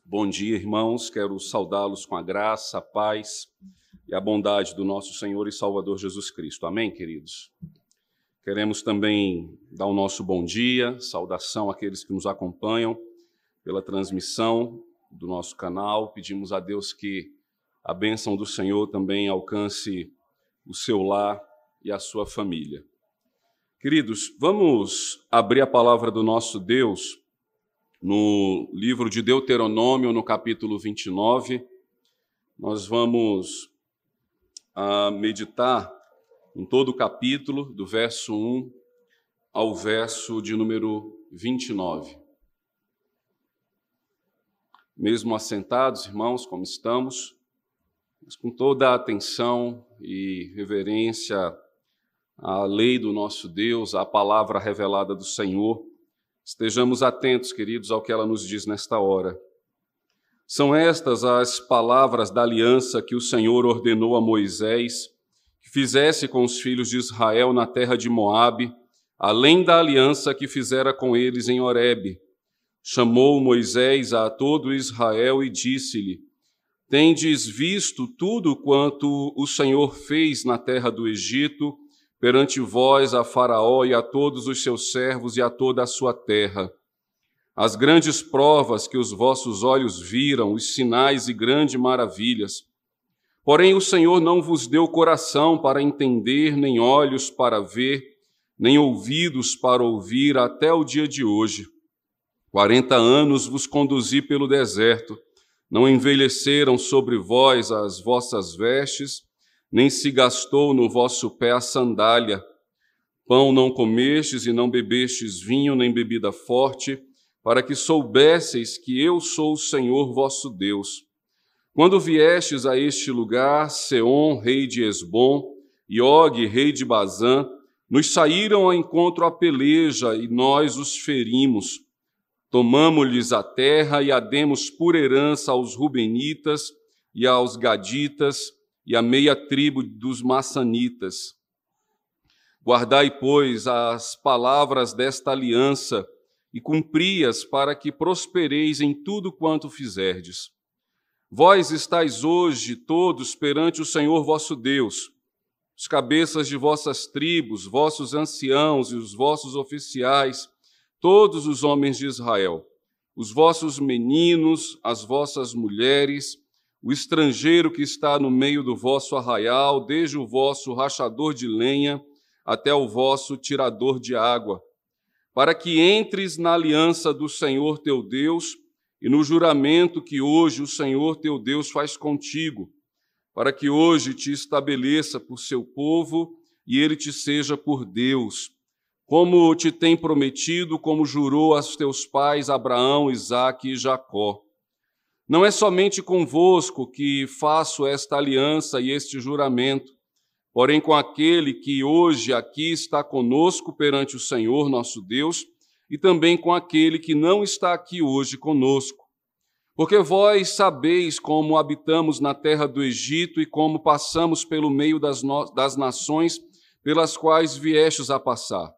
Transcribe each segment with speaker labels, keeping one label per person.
Speaker 1: Bom dia, irmãos. Quero saudá-los com a graça, a paz e a bondade do nosso Senhor e Salvador Jesus Cristo. Amém, queridos? Queremos também dar o nosso bom dia, saudação àqueles que nos acompanham pela transmissão do nosso canal. Pedimos a Deus que a bênção do Senhor também alcance o seu lar e a sua família. Queridos, vamos abrir a palavra do nosso Deus no livro de Deuteronômio, no capítulo 29. Nós vamos meditar em todo o capítulo, do verso 1 ao verso de número 29. Mesmo assentados, irmãos, como estamos, mas com toda a atenção e reverência à lei do nosso Deus, à palavra revelada do Senhor, estejamos atentos, queridos, ao que ela nos diz nesta hora. São estas as palavras da aliança que o Senhor ordenou a Moisés que fizesse com os filhos de Israel na terra de Moabe, além da aliança que fizera com eles em Horebe. Chamou Moisés a todo Israel e disse-lhe: Tendes visto tudo quanto o Senhor fez na terra do Egito, perante vós a Faraó e a todos os seus servos e a toda a sua terra. As grandes provas que os vossos olhos viram, os sinais e grandes maravilhas. Porém o Senhor não vos deu coração para entender, nem olhos para ver, nem ouvidos para ouvir, até o dia de hoje. 40 anos vos conduzi pelo deserto, não envelheceram sobre vós as vossas vestes, nem se gastou no vosso pé a sandália. Pão não comestes e não bebestes vinho, nem bebida forte, para que soubesseis que eu sou o Senhor vosso Deus. Quando viestes a este lugar, Seom, rei de Esbom, e Og, rei de Bazã, nos saíram ao encontro a peleja, e nós os ferimos. Tomamo-lhes a terra e a demos por herança aos Rubenitas e aos Gaditas, e a meia tribo dos Maçanitas. Guardai, pois, as palavras desta aliança e cumpri-as para que prospereis em tudo quanto fizerdes. Vós estáis hoje todos perante o Senhor vosso Deus, os cabeças de vossas tribos, vossos anciãos e os vossos oficiais, todos os homens de Israel, os vossos meninos, as vossas mulheres, o estrangeiro que está no meio do vosso arraial, desde o vosso rachador de lenha até o vosso tirador de água, para que entres na aliança do Senhor teu Deus e no juramento que hoje o Senhor teu Deus faz contigo, para que hoje te estabeleça por seu povo e ele te seja por Deus, como te tem prometido, como jurou aos teus pais Abraão, Isaque e Jacó. Não é somente convosco que faço esta aliança e este juramento, porém com aquele que hoje aqui está conosco perante o Senhor nosso Deus, e também com aquele que não está aqui hoje conosco. Porque vós sabeis como habitamos na terra do Egito e como passamos pelo meio das nações pelas quais viestes a passar.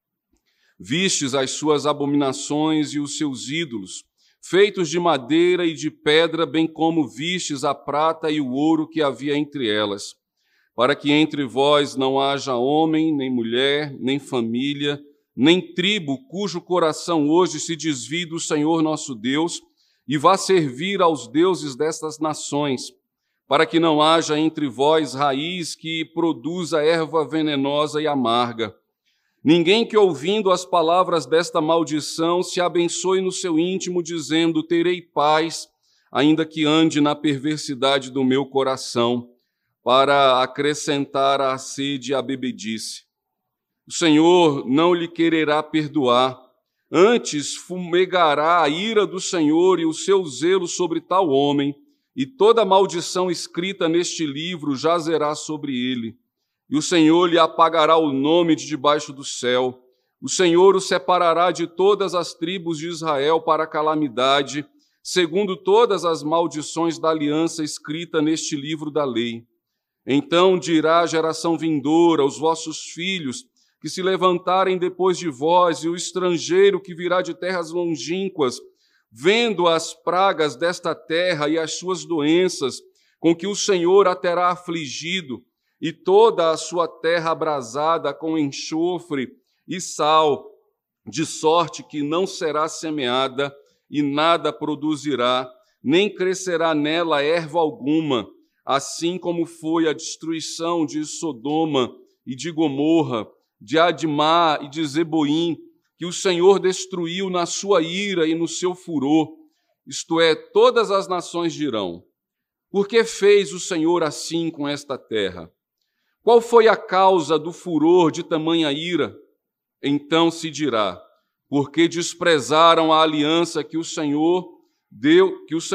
Speaker 1: Vistes as suas abominações e os seus ídolos, feitos de madeira e de pedra, bem como vistes a prata e o ouro que havia entre elas, para que entre vós não haja homem, nem mulher, nem família, nem tribo, cujo coração hoje se desvie do Senhor nosso Deus e vá servir aos deuses destas nações, para que não haja entre vós raiz que produza erva venenosa e amarga. Ninguém que, ouvindo as palavras desta maldição, se abençoe no seu íntimo, dizendo: terei paz, ainda que ande na perversidade do meu coração, para acrescentar à sede a bebedice. O Senhor não lhe quererá perdoar, antes fumegará a ira do Senhor e o seu zelo sobre tal homem, e toda maldição escrita neste livro jazerá sobre ele. E o Senhor lhe apagará o nome de debaixo do céu. O Senhor o separará de todas as tribos de Israel para a calamidade, segundo todas as maldições da aliança escrita neste livro da lei. Então dirá a geração vindoura, os vossos filhos, que se levantarem depois de vós, e o estrangeiro que virá de terras longínquas, vendo as pragas desta terra e as suas doenças, com que o Senhor a terá afligido, e toda a sua terra abrasada com enxofre e sal, de sorte que não será semeada e nada produzirá, nem crescerá nela erva alguma, assim como foi a destruição de Sodoma e de Gomorra, de Admá e de Zeboim, que o Senhor destruiu na sua ira e no seu furor. Isto é, todas as nações dirão: por que fez o Senhor assim com esta terra? Qual foi a causa do furor de tamanha ira? Então se dirá: porque desprezaram a aliança que o Senhor deu,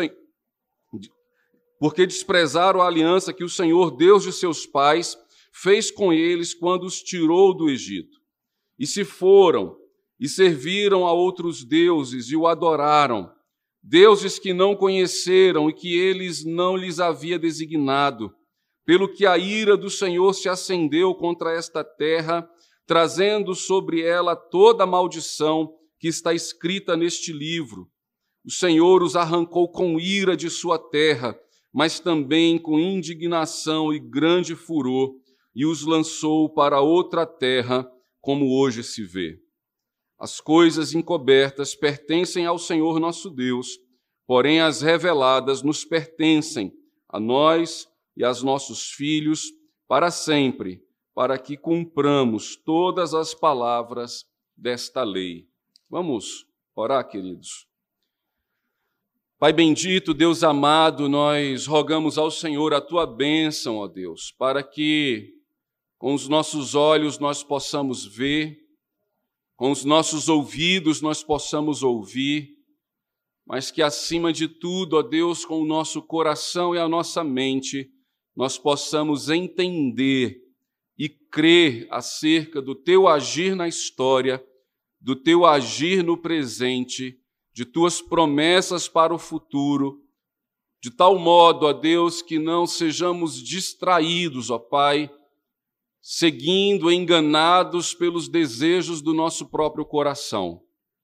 Speaker 1: porque desprezaram a aliança que o Senhor, Deus de seus pais, fez com eles quando os tirou do Egito. E se foram e serviram a outros deuses e o adoraram, deuses que não conheceram e que eles não lhes havia designado, pelo que a ira do Senhor se acendeu contra esta terra, trazendo sobre ela toda a maldição que está escrita neste livro. O Senhor os arrancou com ira de sua terra, mas também com indignação e grande furor, e os lançou para outra terra, como hoje se vê. As coisas encobertas pertencem ao Senhor nosso Deus, porém as reveladas nos pertencem, a nós e aos nossos filhos, para sempre, para que cumpramos todas as palavras desta lei. Vamos orar, queridos. Pai bendito, Deus amado, nós rogamos ao Senhor a Tua bênção, ó Deus, para que com os nossos olhos nós possamos ver, com os nossos ouvidos nós possamos ouvir, mas que acima de tudo, ó Deus, com o nosso coração e a nossa mente, nós possamos entender e crer acerca do Teu agir na história, do Teu agir no presente, de Tuas promessas para o futuro, de tal modo, ó Deus, que não sejamos distraídos, ó Pai, seguindo, enganados pelos desejos do nosso próprio coração.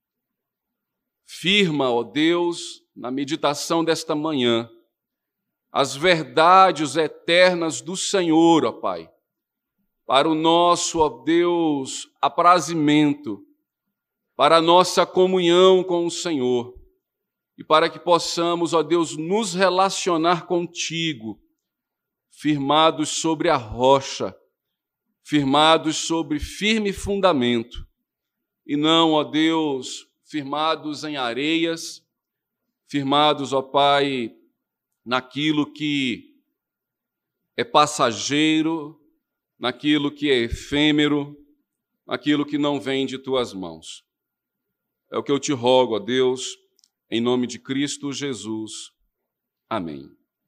Speaker 1: Firma, ó Deus, na meditação desta manhã, as verdades eternas do Senhor, ó Pai, para o nosso, ó Deus, aprazimento, para a nossa comunhão com o Senhor e para que possamos, ó Deus, nos relacionar contigo, firmados sobre a rocha, firmados sobre firme fundamento e não, ó Deus, firmados em areias, firmados, ó Pai, naquilo que é passageiro, naquilo que é efêmero, naquilo que não vem de Tuas mãos. É o que eu te rogo, ó Deus, em nome de Cristo Jesus. Amém.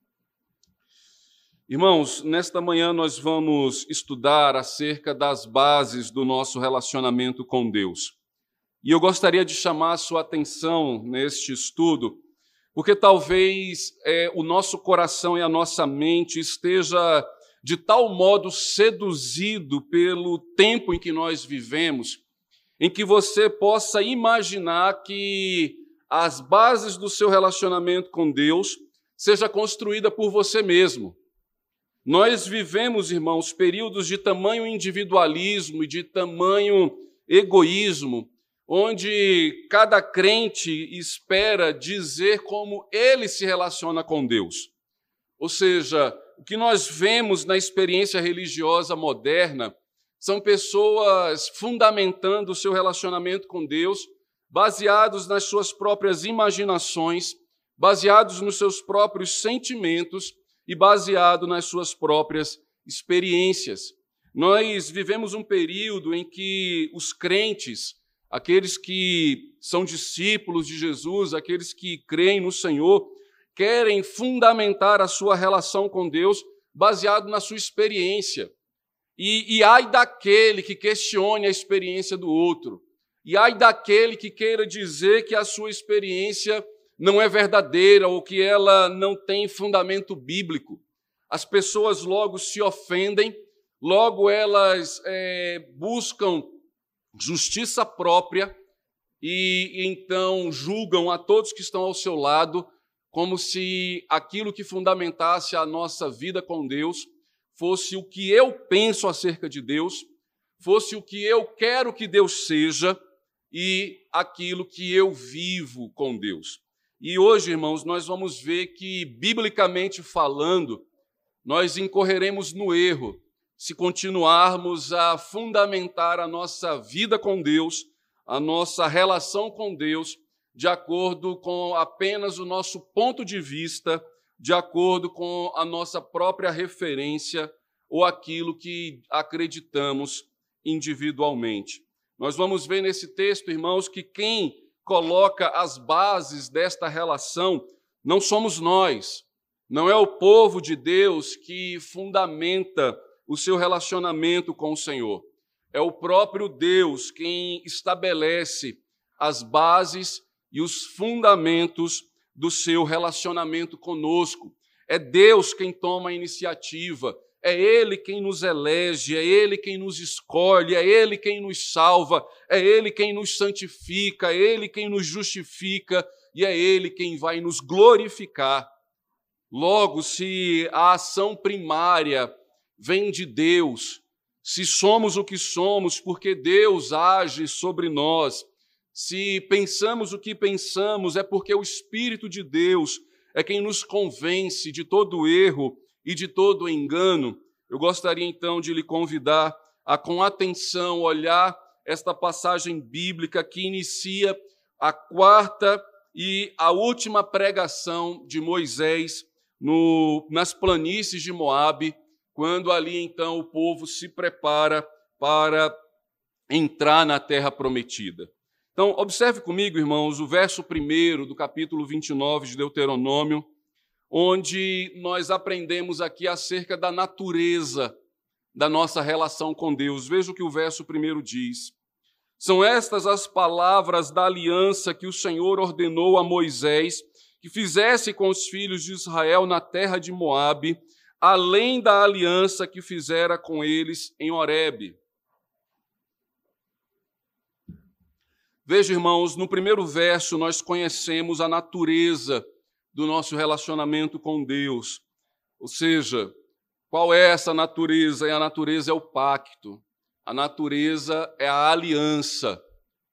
Speaker 1: Irmãos, nesta manhã nós vamos estudar acerca das bases do nosso relacionamento com Deus. E eu gostaria de chamar a sua atenção neste estudo, porque talvez o nosso coração e a nossa mente esteja de tal modo seduzido pelo tempo em que nós vivemos, em que você possa imaginar que as bases do seu relacionamento com Deus seja construída por você mesmo. Nós vivemos, irmãos, períodos de tamanho individualismo e de tamanho egoísmo, onde cada crente espera dizer como ele se relaciona com Deus. Ou seja, o que nós vemos na experiência religiosa moderna são pessoas fundamentando o seu relacionamento com Deus, baseados nas suas próprias imaginações, baseados nos seus próprios sentimentos e baseado nas suas próprias experiências. Nós vivemos um período em que os crentes, aqueles que são discípulos de Jesus, aqueles que creem no Senhor, querem fundamentar a sua relação com Deus baseado na sua experiência. E ai daquele que questione a experiência do outro. E ai daquele que queira dizer que a sua experiência não é verdadeira ou que ela não tem fundamento bíblico. As pessoas logo se ofendem, logo elas buscam justiça própria e então julgam a todos que estão ao seu lado, como se aquilo que fundamentasse a nossa vida com Deus fosse o que eu penso acerca de Deus, fosse o que eu quero que Deus seja e aquilo que eu vivo com Deus. E hoje, irmãos, nós vamos ver que, biblicamente falando, nós incorreremos no erro se continuarmos a fundamentar a nossa vida com Deus, a nossa relação com Deus, de acordo com apenas o nosso ponto de vista, de acordo com a nossa própria referência ou aquilo que acreditamos individualmente. Nós vamos ver nesse texto, irmãos, que quem coloca as bases desta relação não somos nós, não é o povo de Deus que fundamenta o seu relacionamento com o Senhor. É o próprio Deus quem estabelece as bases e os fundamentos do seu relacionamento conosco. É Deus quem toma a iniciativa, é Ele quem nos elege, é Ele quem nos escolhe, é Ele quem nos salva, é Ele quem nos santifica, é Ele quem nos justifica e é Ele quem vai nos glorificar. Logo, se a ação primária vem de Deus, se somos o que somos porque Deus age sobre nós, se pensamos o que pensamos, é porque o Espírito de Deus é quem nos convence de todo erro e de todo engano. Eu gostaria então de lhe convidar a, com atenção, olhar esta passagem bíblica que inicia a quarta e a última pregação de Moisés nas planícies de Moabe, quando ali então o povo se prepara para entrar na terra prometida. Então, observe comigo, irmãos, o verso 1 do capítulo 29 de Deuteronômio, onde nós aprendemos aqui acerca da natureza da nossa relação com Deus. Veja o que o verso 1 diz. São estas as palavras da aliança que o Senhor ordenou a Moisés que fizesse com os filhos de Israel na terra de Moabe, além da aliança que fizera com eles em Horebe. Veja, irmãos, no primeiro verso nós conhecemos a natureza do nosso relacionamento com Deus. Ou seja, qual é essa natureza? E a natureza é o pacto. A natureza é a aliança.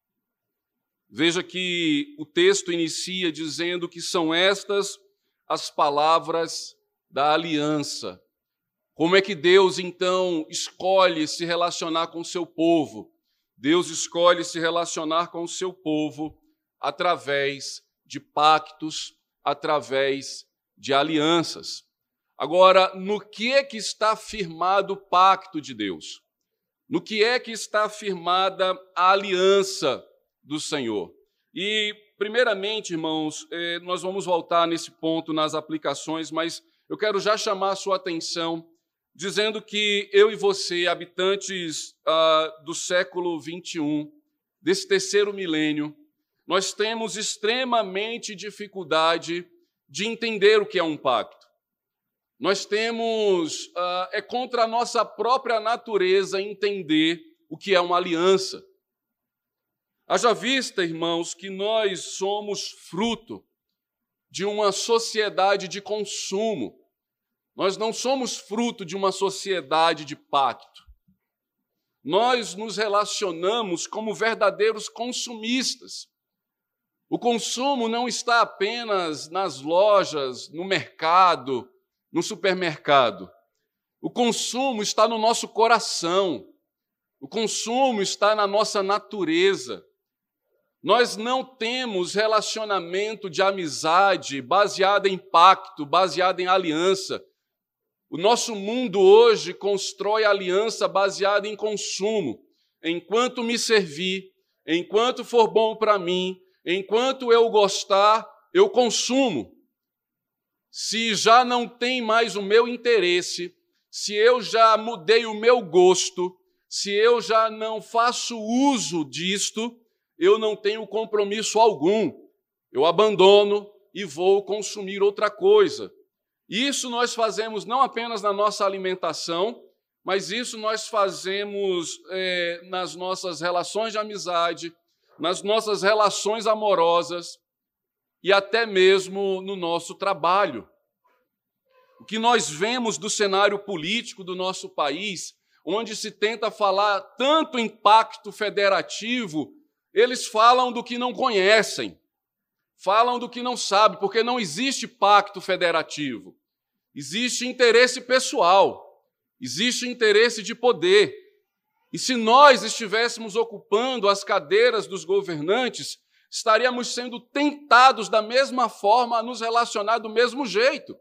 Speaker 1: Veja que o texto inicia dizendo que são estas as palavras da aliança. Como é que Deus, então, escolhe se relacionar com o seu povo? Deus escolhe se relacionar com o seu povo através de pactos, através de alianças. Agora, no que é que está firmado o pacto de Deus? No que é que está firmada a aliança do Senhor? E, primeiramente, irmãos, nós vamos voltar nesse ponto nas aplicações, mas eu quero já chamar a sua atenção dizendo que eu e você, habitantes do século XXI, desse terceiro milênio, nós temos extremamente dificuldade de entender o que é um pacto. Nós temos, é contra a nossa própria natureza entender o que é uma aliança. Haja vista, irmãos, que nós somos fruto de uma sociedade de consumo. Nós não somos fruto de uma sociedade de pacto. Nós nos relacionamos como verdadeiros consumistas. O consumo não está apenas nas lojas, no mercado, no supermercado. O consumo está no nosso coração. O consumo está na nossa natureza. Nós não temos relacionamento de amizade baseado em pacto, baseado em aliança. O nosso mundo hoje constrói aliança baseada em consumo. Enquanto me servir, enquanto for bom para mim, enquanto eu gostar, eu consumo. Se já não tem mais o meu interesse, se eu já mudei o meu gosto, se eu já não faço uso disto, eu não tenho compromisso algum. Eu abandono e vou consumir outra coisa. Isso nós fazemos não apenas na nossa alimentação, mas isso nós fazemos nas nossas relações de amizade, nas nossas relações amorosas e até mesmo no nosso trabalho. O que nós vemos do cenário político do nosso país, onde se tenta falar tanto em pacto federativo, eles falam do que não conhecem, falam do que não sabem, porque não existe pacto federativo. Existe interesse pessoal, existe interesse de poder. E se nós estivéssemos ocupando as cadeiras dos governantes, estaríamos sendo tentados da mesma forma a nos relacionar do mesmo jeito.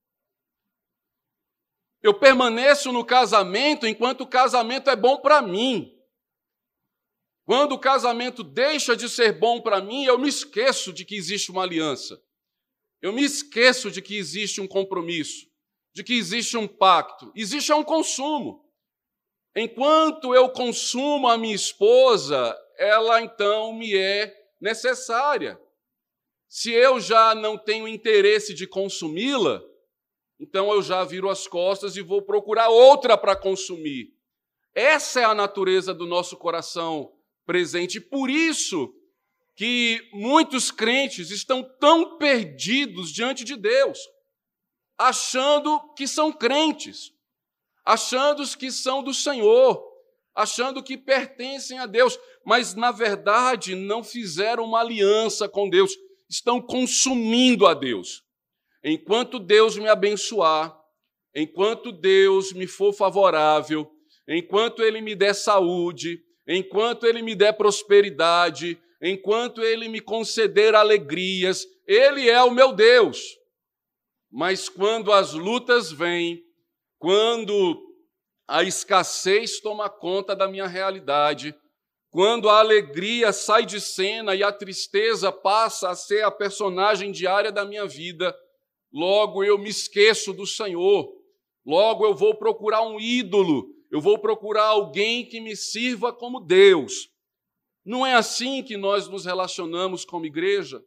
Speaker 1: Eu permaneço no casamento enquanto o casamento é bom para mim. Quando o casamento deixa de ser bom para mim, eu me esqueço de que existe uma aliança. Eu me esqueço de que existe um compromisso, de que existe um pacto. Existe um consumo. Enquanto eu consumo a minha esposa, ela então me é necessária. Se eu já não tenho interesse de consumi-la, então eu já viro as costas e vou procurar outra para consumir. Essa é a natureza do nosso coração presente. E por isso que muitos crentes estão tão perdidos diante de Deus, achando que são crentes, achando que são do Senhor, achando que pertencem a Deus, mas, na verdade, não fizeram uma aliança com Deus, estão consumindo a Deus. Enquanto Deus me abençoar, enquanto Deus me for favorável, enquanto Ele me der saúde, enquanto Ele me der prosperidade, enquanto Ele me conceder alegrias, Ele é o meu Deus. Mas quando as lutas vêm, quando a escassez toma conta da minha realidade, quando a alegria sai de cena e a tristeza passa a ser a personagem diária da minha vida, logo eu me esqueço do Senhor, logo eu vou procurar um ídolo, eu vou procurar alguém que me sirva como Deus. Não é assim que nós nos relacionamos como igreja?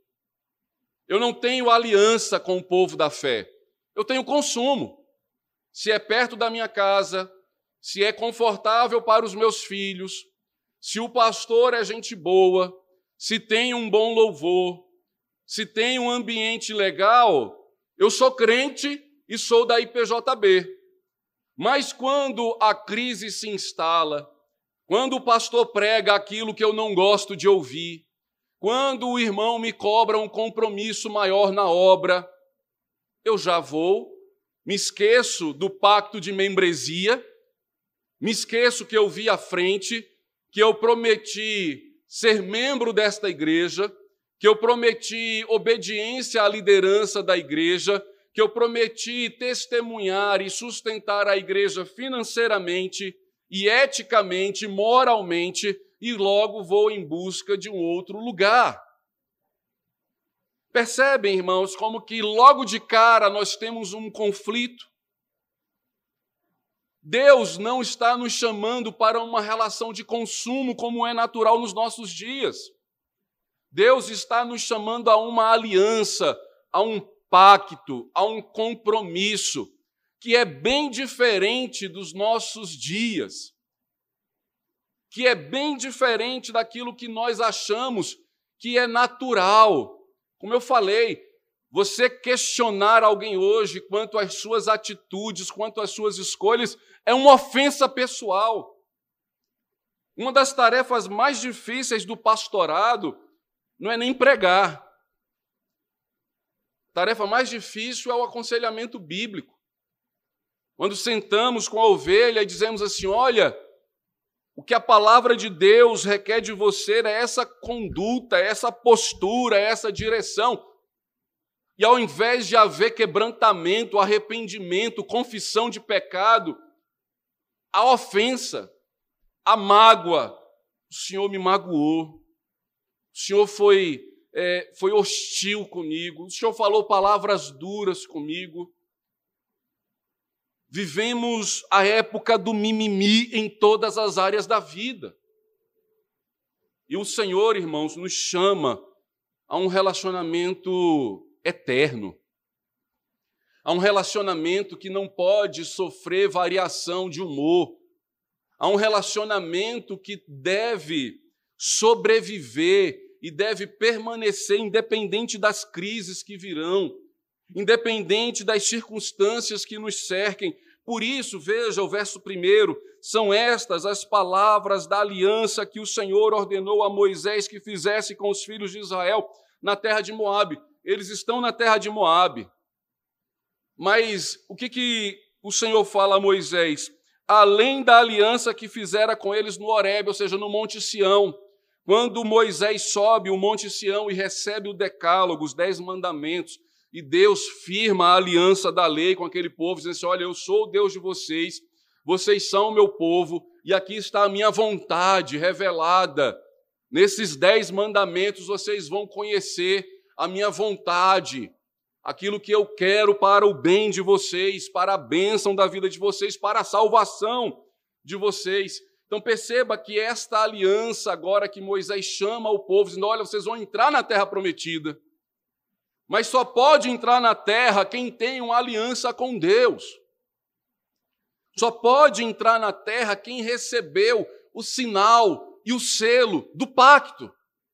Speaker 1: Eu não tenho aliança com o povo da fé, eu tenho consumo. Se é perto da minha casa, se é confortável para os meus filhos, se o pastor é gente boa, se tem um bom louvor, se tem um ambiente legal, eu sou crente e sou da IPJB. Mas quando a crise se instala, quando o pastor prega aquilo que eu não gosto de ouvir, quando o irmão me cobra um compromisso maior na obra, eu já vou, me esqueço do pacto de membresia, me esqueço que eu vi à frente, que eu prometi ser membro desta igreja, que eu prometi obediência à liderança da igreja, que eu prometi testemunhar e sustentar a igreja financeiramente e eticamente, moralmente, e logo vou em busca de um outro lugar. Percebem, irmãos, como que logo de cara nós temos um conflito? Deus não está nos chamando para uma relação de consumo como é natural nos nossos dias. Deus está nos chamando a uma aliança, a um pacto, a um compromisso, que é bem diferente dos nossos dias, que é bem diferente daquilo que nós achamos que é natural. Como eu falei, você questionar alguém hoje quanto às suas atitudes, quanto às suas escolhas, é uma ofensa pessoal. Uma das tarefas mais difíceis do pastorado não é nem pregar. A tarefa mais difícil é o aconselhamento bíblico. Quando sentamos com a ovelha e dizemos assim, olha, o que a palavra de Deus requer de você é essa conduta, é essa postura, é essa direção. E ao invés de haver quebrantamento, arrependimento, confissão de pecado, a ofensa, a mágoa, o Senhor me magoou, o Senhor foi hostil comigo, o Senhor falou palavras duras comigo. Vivemos a época do mimimi em todas as áreas da vida. E o Senhor, irmãos, nos chama a um relacionamento eterno, a um relacionamento que não pode sofrer variação de humor, a um relacionamento que deve sobreviver e deve permanecer independente das crises que virão, independente das circunstâncias que nos cerquem. Por isso, veja o verso 1, são estas as palavras da aliança que o Senhor ordenou a Moisés que fizesse com os filhos de Israel na terra de Moabe. Eles estão na terra de Moabe. Mas o que o Senhor fala a Moisés? Além da aliança que fizera com eles no Horebe, ou seja, no Monte Sião, quando Moisés sobe o Monte Sião e recebe o decálogo, os 10 mandamentos, e Deus firma a aliança da lei com aquele povo, dizendo assim, olha, eu sou o Deus de vocês, vocês são o meu povo, e aqui está a minha vontade revelada. Nesses 10 mandamentos vocês vão conhecer a minha vontade, aquilo que eu quero para o bem de vocês, para a bênção da vida de vocês, para a salvação de vocês. Então perceba que esta aliança agora que Moisés chama o povo, dizendo, olha, vocês vão entrar na terra prometida, mas só pode entrar na terra quem tem uma aliança com Deus. Só pode entrar na terra quem recebeu o sinal e o selo do pacto.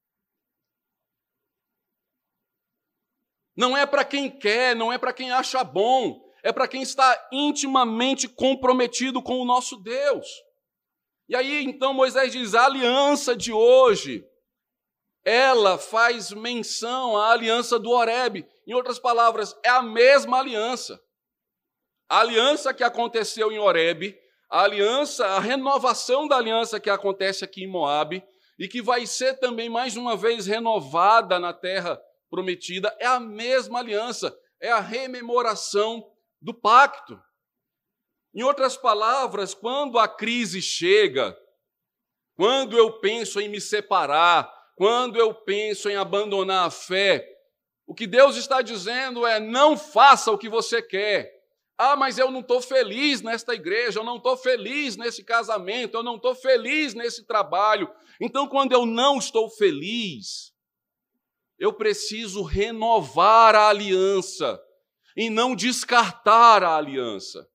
Speaker 1: Não é para quem quer, não é para quem acha bom, é para quem está intimamente comprometido com o nosso Deus. E aí, então, Moisés diz, a aliança de hoje, ela faz menção à aliança do Horebe. Em outras palavras, é a mesma aliança. A aliança que aconteceu em Horebe, a renovação da aliança que acontece aqui em Moabe, e que vai ser também mais uma vez renovada na terra prometida, é a mesma aliança, é a rememoração do pacto. Em outras palavras, quando a crise chega, quando eu penso em me separar, quando eu penso em abandonar a fé, o que Deus está dizendo é, não faça o que você quer. Ah, mas eu não estou feliz nesta igreja, eu não estou feliz nesse casamento, eu não estou feliz nesse trabalho. Então, quando eu não estou feliz, eu preciso renovar a aliança e não descartar a aliança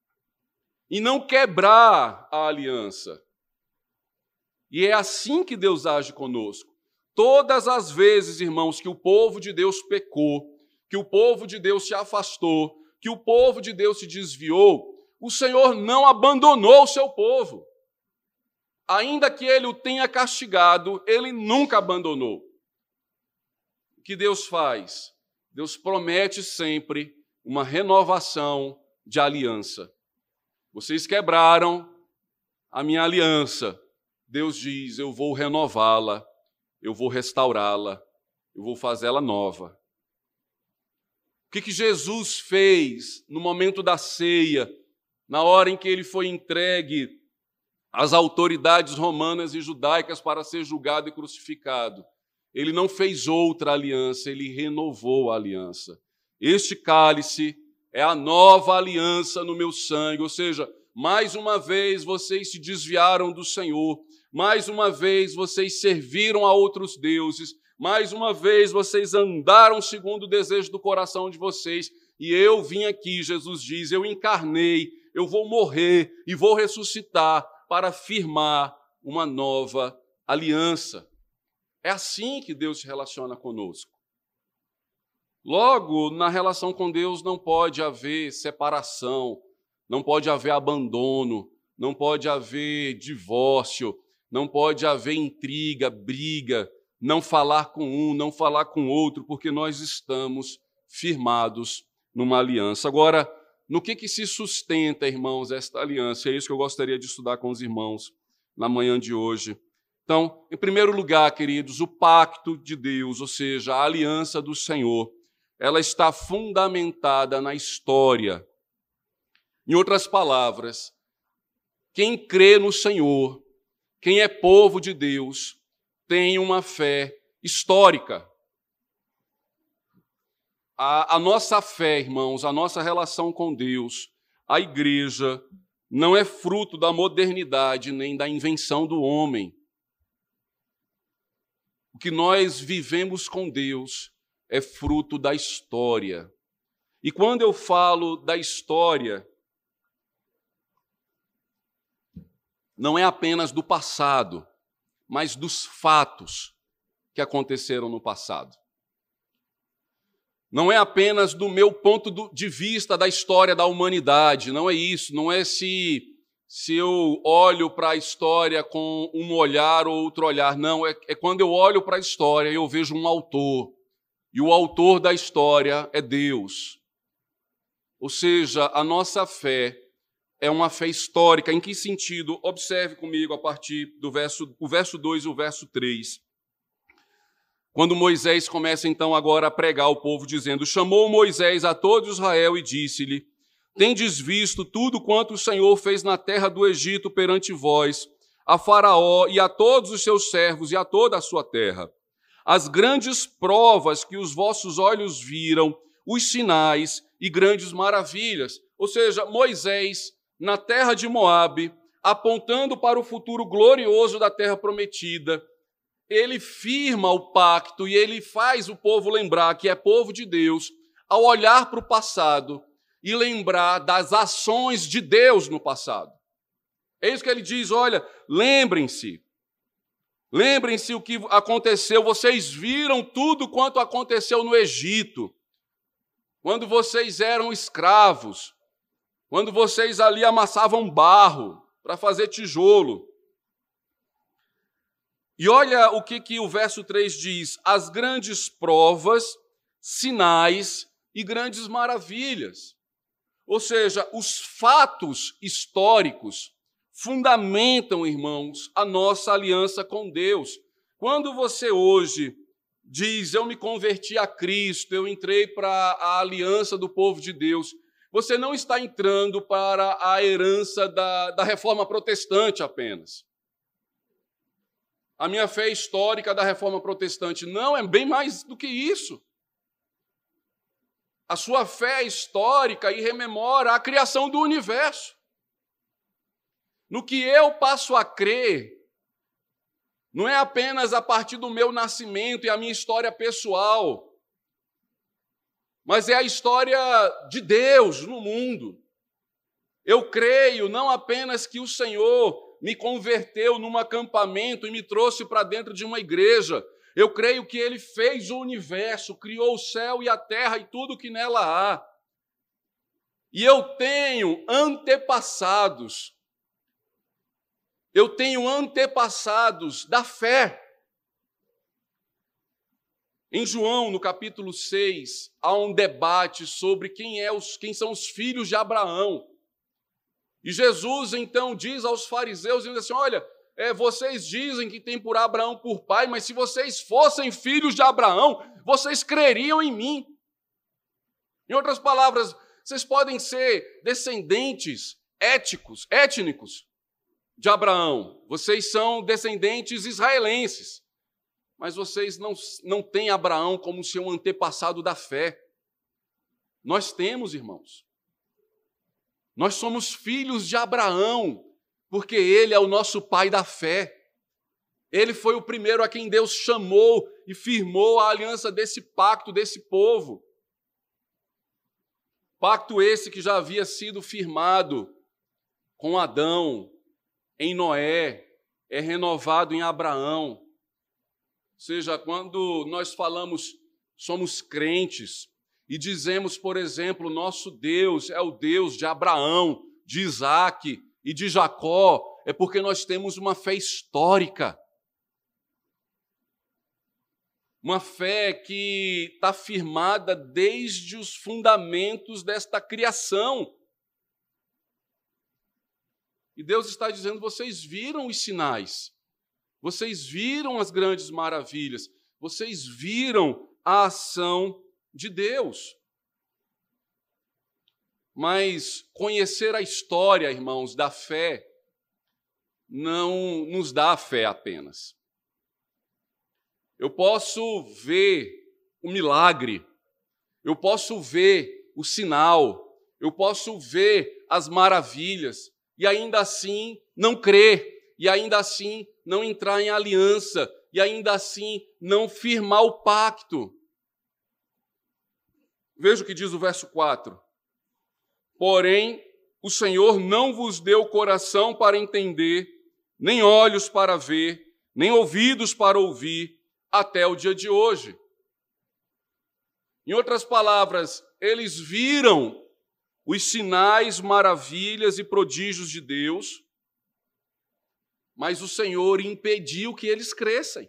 Speaker 1: e não quebrar a aliança. E é assim que Deus age conosco. Todas as vezes, irmãos, que o povo de Deus pecou, que o povo de Deus se afastou, que o povo de Deus se desviou, o Senhor não abandonou o seu povo. Ainda que ele o tenha castigado, ele nunca abandonou. O que Deus faz? Deus promete sempre uma renovação de aliança. Vocês quebraram a minha aliança. Deus diz, eu vou renová-la, eu vou restaurá-la, eu vou fazê-la nova. O que Jesus fez no momento da ceia, na hora em que ele foi entregue às autoridades romanas e judaicas para ser julgado e crucificado? Ele não fez outra aliança, ele renovou a aliança. Este cálice é a nova aliança no meu sangue, ou seja, mais uma vez vocês se desviaram do Senhor, mais uma vez vocês serviram a outros deuses, mais uma vez vocês andaram segundo o desejo do coração de vocês, e eu vim aqui, Jesus diz, eu encarnei, eu vou morrer e vou ressuscitar para firmar uma nova aliança. É assim que Deus se relaciona conosco. Logo, na relação com Deus não pode haver separação, não pode haver abandono, não pode haver divórcio, não pode haver intriga, briga, não falar com um, não falar com outro, porque nós estamos firmados numa aliança. Agora, no que se sustenta, irmãos, esta aliança? É isso que eu gostaria de estudar com os irmãos na manhã de hoje. Então, em primeiro lugar, queridos, o pacto de Deus, ou seja, a aliança do Senhor, ela está fundamentada na história. Em outras palavras, quem crê no Senhor, quem é povo de Deus, tem uma fé histórica. A nossa fé, irmãos, a nossa relação com Deus, a igreja, não é fruto da modernidade nem da invenção do homem. O que nós vivemos com Deus é fruto da história. E quando eu falo da história, não é apenas do passado, mas dos fatos que aconteceram no passado. Não é apenas do meu ponto de vista da história da humanidade, não é isso, não é se eu olho para a história com um olhar ou outro olhar, não, é quando eu olho para a história e eu vejo um autor, e o autor da história é Deus. Ou seja, a nossa fé é uma fé histórica. Em que sentido? Observe comigo a partir do verso 2 e o verso 3. Quando Moisés começa então agora a pregar ao povo, dizendo: chamou Moisés a todo Israel e disse-lhe: tendes visto tudo quanto o Senhor fez na terra do Egito perante vós, a Faraó e a todos os seus servos e a toda a sua terra. As grandes provas que os vossos olhos viram, os sinais e grandes maravilhas. Ou seja, Moisés, na terra de Moabe, apontando para o futuro glorioso da terra prometida, ele firma o pacto e ele faz o povo lembrar que é povo de Deus, ao olhar para o passado e lembrar das ações de Deus no passado. É isso que ele diz, olha, lembrem-se o que aconteceu, vocês viram tudo quanto aconteceu no Egito, quando vocês eram escravos, quando vocês ali amassavam barro para fazer tijolo. E olha o que o verso 3 diz: as grandes provas, sinais e grandes maravilhas. Ou seja, os fatos históricos fundamentam, irmãos, a nossa aliança com Deus. Quando você hoje diz, eu me converti a Cristo, eu entrei para a aliança do povo de Deus, você não está entrando para a herança da reforma protestante apenas. A minha fé histórica da reforma protestante não, é bem mais do que isso. A sua fé histórica e rememora a criação do universo. No que eu passo a crer, não é apenas a partir do meu nascimento e a minha história pessoal, mas é a história de Deus no mundo. Eu creio não apenas que o Senhor me converteu num acampamento e me trouxe para dentro de uma igreja. Eu creio que Ele fez o universo, criou o céu e a terra e tudo que nela há. E eu tenho antepassados. Eu tenho antepassados da fé. Em João, no capítulo 6, há um debate sobre quem são os filhos de Abraão. E Jesus, então, diz aos fariseus, dizendo assim, olha, vocês dizem que tem por Abraão por pai, mas se vocês fossem filhos de Abraão, vocês creriam em mim. Em outras palavras, vocês podem ser descendentes étnicos de Abraão. Vocês são descendentes israelenses, mas vocês não têm Abraão como seu antepassado da fé. Nós temos, irmãos. Nós somos filhos de Abraão, porque ele é o nosso pai da fé. Ele foi o primeiro a quem Deus chamou e firmou a aliança desse pacto, desse povo. Pacto esse que já havia sido firmado com Adão, em Noé, é renovado em Abraão. Ou seja, quando nós falamos, somos crentes, e dizemos, por exemplo, nosso Deus é o Deus de Abraão, de Isaque e de Jacó, é porque nós temos uma fé histórica. Uma fé que está firmada desde os fundamentos desta criação. E Deus está dizendo, vocês viram os sinais, vocês viram as grandes maravilhas, vocês viram a ação de Deus. Mas conhecer a história, irmãos, da fé, não nos dá a fé apenas. Eu posso ver o milagre, eu posso ver o sinal, eu posso ver as maravilhas, e ainda assim não crer, e ainda assim não entrar em aliança, e ainda assim não firmar o pacto. Veja o que diz o verso 4. Porém, o Senhor não vos deu coração para entender, nem olhos para ver, nem ouvidos para ouvir até o dia de hoje. Em outras palavras, eles viram os sinais, maravilhas e prodígios de Deus, mas o Senhor impediu que eles crescem.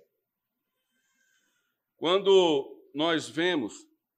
Speaker 1: Quando nós vemos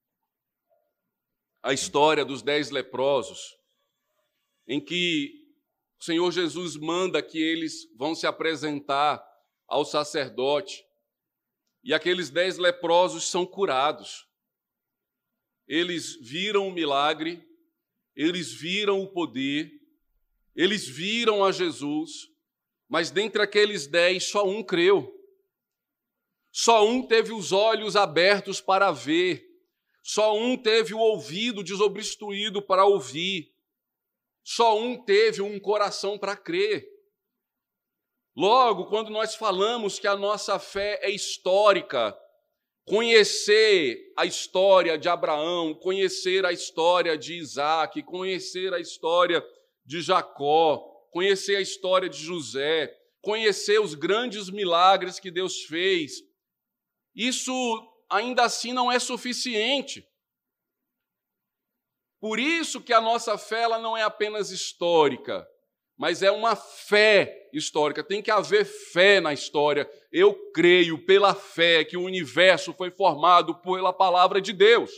Speaker 1: a história dos 10 leprosos, em que o Senhor Jesus manda que eles vão se apresentar ao sacerdote, e aqueles 10 leprosos são curados. Eles viram o milagre, eles viram o poder, eles viram a Jesus, mas dentre aqueles 10, só um creu. Só um teve os olhos abertos para ver, só um teve o ouvido desobstruído para ouvir, só um teve um coração para crer. Logo, quando nós falamos que a nossa fé é histórica, conhecer a história de Abraão, conhecer a história de Isaac, conhecer a história de Jacó, conhecer a história de José, conhecer os grandes milagres que Deus fez, isso ainda assim não é suficiente. Por isso que a nossa fé ela não é apenas histórica, mas é uma fé histórica. Tem que haver fé na história. Eu creio pela fé que o universo foi formado pela palavra de Deus.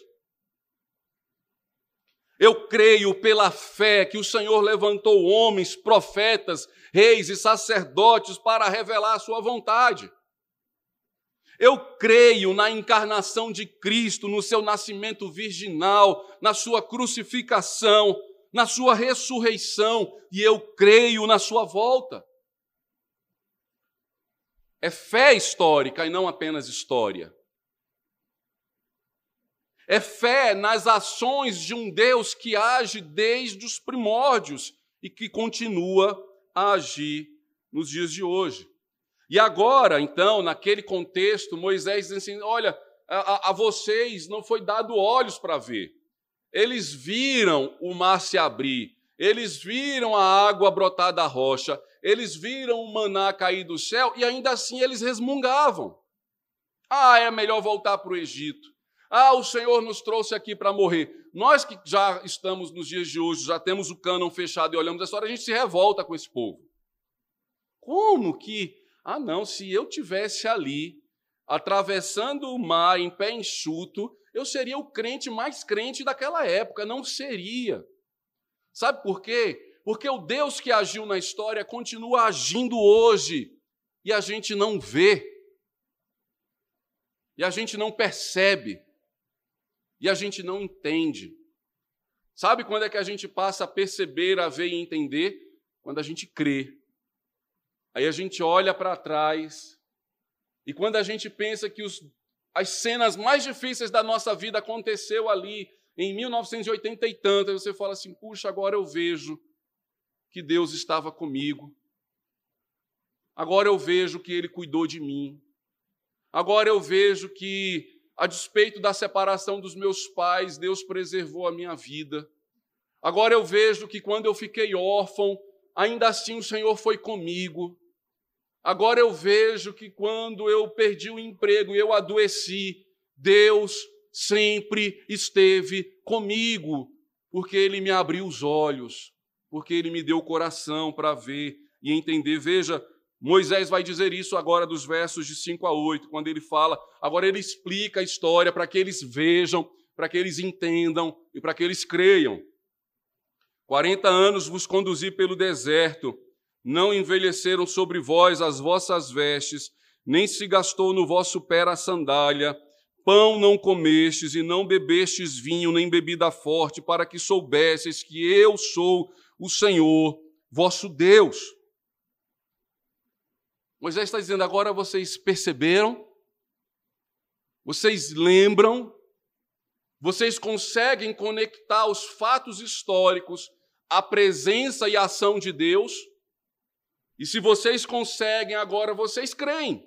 Speaker 1: Eu creio pela fé que o Senhor levantou homens, profetas, reis e sacerdotes para revelar a sua vontade. Eu creio na encarnação de Cristo, no seu nascimento virginal, na sua crucificação, na sua ressurreição, e eu creio na sua volta. É fé histórica e não apenas história. É fé nas ações de um Deus que age desde os primórdios e que continua a agir nos dias de hoje. E agora, então, naquele contexto, Moisés diz assim, olha, a vocês não foi dado olhos para ver. Eles viram o mar se abrir, eles viram a água brotar da rocha, eles viram o maná cair do céu e ainda assim eles resmungavam. É melhor voltar para o Egito. O Senhor nos trouxe aqui para morrer. Nós que já estamos nos dias de hoje, já temos o cânon fechado e olhamos a história, a gente se revolta com esse povo. Como que... não, se eu tivesse ali, atravessando o mar em pé enxuto, eu seria o crente mais crente daquela época. Não seria. Sabe por quê? Porque o Deus que agiu na história continua agindo hoje e a gente não vê, e a gente não percebe, e a gente não entende. Sabe quando é que a gente passa a perceber, a ver e entender? Quando a gente crê. Aí a gente olha para trás e quando a gente pensa que as cenas mais difíceis da nossa vida aconteceu ali em 1980 e tanto, aí você fala assim, puxa, agora eu vejo que Deus estava comigo. Agora eu vejo que Ele cuidou de mim. Agora eu vejo que, a despeito da separação dos meus pais, Deus preservou a minha vida. Agora eu vejo que quando eu fiquei órfão, ainda assim o Senhor foi comigo. Agora eu vejo que quando eu perdi o emprego e eu adoeci, Deus sempre esteve comigo, porque Ele me abriu os olhos, porque Ele me deu o coração para ver e entender. Veja, Moisés vai dizer isso agora dos versos de 5 a 8, quando ele fala, agora ele explica a história para que eles vejam, para que eles entendam e para que eles creiam. 40 anos vos conduzi pelo deserto, não envelheceram sobre vós as vossas vestes, nem se gastou no vosso pé a sandália, pão não comestes e não bebestes vinho, nem bebida forte, para que soubesseis que eu sou o Senhor, vosso Deus. Moisés está dizendo, agora vocês perceberam? Vocês lembram? Vocês conseguem conectar os fatos históricos à presença e ação de Deus? E se vocês conseguem, agora vocês creem.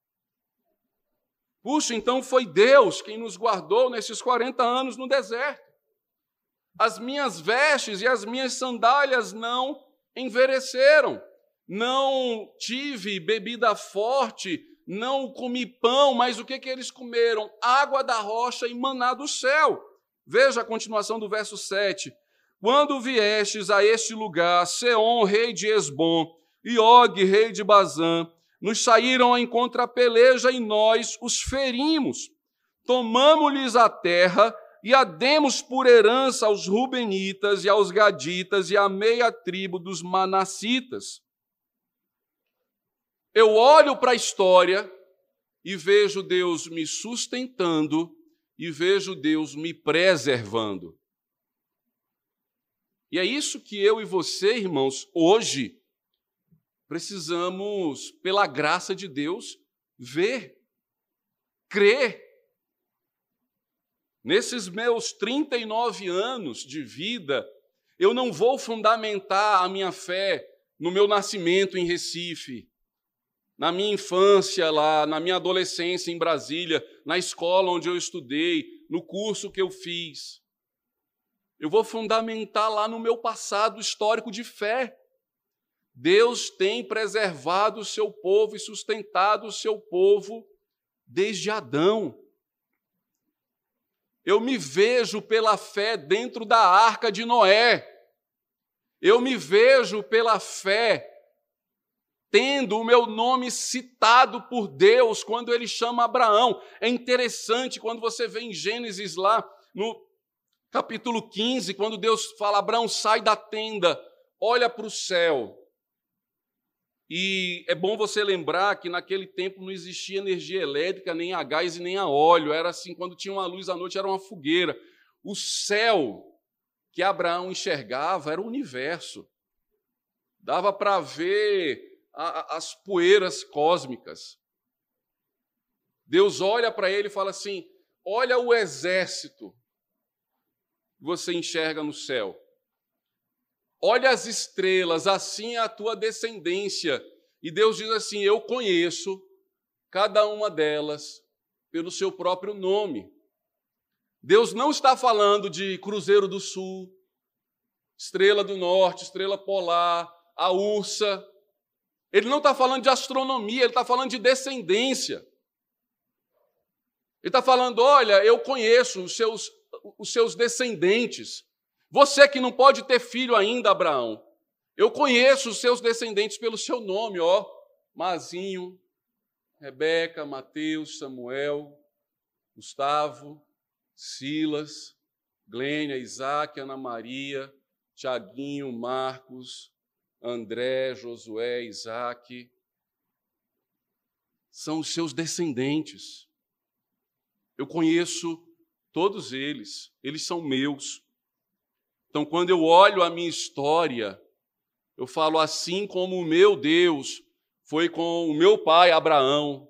Speaker 1: Puxa, então foi Deus quem nos guardou nesses 40 anos no deserto. As minhas vestes e as minhas sandálias não envelheceram. não tive bebida forte, não comi pão, mas o que eles comeram? Água da rocha e maná do céu. Veja a continuação do verso 7. Quando viestes a este lugar, Seom, rei de Esbom, e Og, rei de Bazã, nos saíram em contrapeleja e nós os ferimos. Tomamo-lhes a terra e a demos por herança aos Rubenitas e aos Gaditas e à meia tribo dos Manassitas. Eu olho para a história e vejo Deus me sustentando e vejo Deus me preservando. E é isso que eu e você, irmãos, hoje precisamos, pela graça de Deus, ver, crer. Nesses meus 39 anos de vida, eu não vou fundamentar a minha fé no meu nascimento em Recife, na minha infância lá, na minha adolescência em Brasília, na escola onde eu estudei, no curso que eu fiz. Eu vou fundamentar lá no meu passado histórico de fé. Deus tem preservado o seu povo e sustentado o seu povo desde Adão. Eu me vejo pela fé dentro da arca de Noé. Eu me vejo pela fé tendo o meu nome citado por Deus quando ele chama Abraão. É interessante quando você vê em Gênesis lá, no capítulo 15, quando Deus fala, Abraão, sai da tenda, olha para o céu. E é bom você lembrar que naquele tempo não existia energia elétrica, nem a gás e nem a óleo. Era assim, quando tinha uma luz à noite, era uma fogueira. O céu que Abraão enxergava era o universo. Dava para ver as poeiras cósmicas. Deus olha para ele e fala assim, olha o exército que você enxerga no céu. Olha as estrelas, assim é a tua descendência. E Deus diz assim, eu conheço cada uma delas pelo seu próprio nome. Deus não está falando de Cruzeiro do Sul, Estrela do Norte, Estrela Polar, a Ursa. Ele não está falando de astronomia, ele está falando de descendência. Ele está falando, olha, eu conheço os seus descendentes. Você que não pode ter filho ainda, Abraão, eu conheço os seus descendentes pelo seu nome, ó. Mazinho, Rebeca, Mateus, Samuel, Gustavo, Silas, Glênia, Isaac, Ana Maria, Tiaguinho, Marcos, André, Josué, Isaac. São os seus descendentes. Eu conheço todos eles são meus. Então, quando eu olho a minha história, eu falo assim como o meu Deus foi com o meu pai Abraão,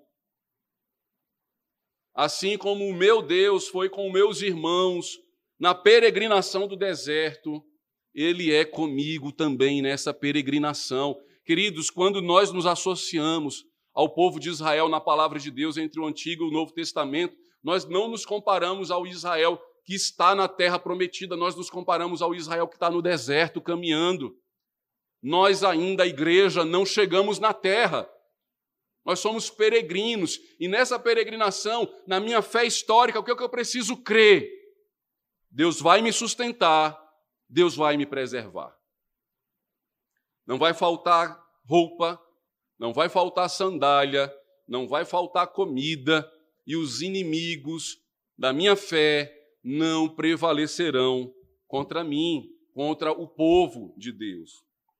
Speaker 1: assim como o meu Deus foi com meus irmãos na peregrinação do deserto, ele é comigo também nessa peregrinação. Queridos, quando nós nos associamos ao povo de Israel na palavra de Deus entre o Antigo e o Novo Testamento, nós não nos comparamos ao Israel que está na terra prometida, nós nos comparamos ao Israel que está no deserto caminhando. Nós ainda, a igreja, não chegamos na terra. Nós somos peregrinos. E nessa peregrinação, na minha fé histórica, o que eu preciso crer? Deus vai me sustentar, Deus vai me preservar. Não vai faltar roupa, não vai faltar sandália, não vai faltar comida, e os inimigos da minha fé não prevalecerão contra mim, contra o povo de Deus.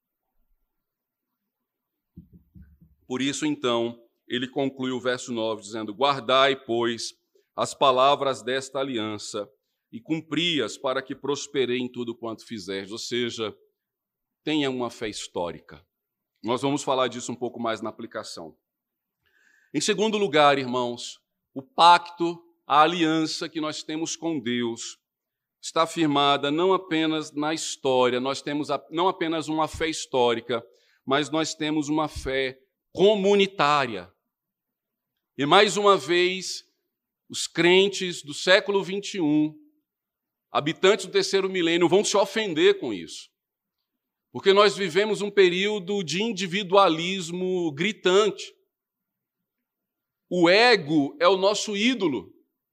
Speaker 1: Por isso, então, ele conclui o verso 9, dizendo, guardai, pois, as palavras desta aliança e cumpri-as para que prosperei em tudo quanto fizerdes. Ou seja, tenha uma fé histórica. Nós vamos falar disso um pouco mais na aplicação. Em segundo lugar, irmãos, o pacto, a aliança que nós temos com Deus está firmada não apenas na história, nós temos não apenas uma fé histórica, mas nós temos uma fé comunitária. E mais uma vez, os crentes do século 21, habitantes do terceiro milênio, vão se ofender com isso. Porque nós vivemos um período de individualismo gritante. O ego é o nosso ídolo.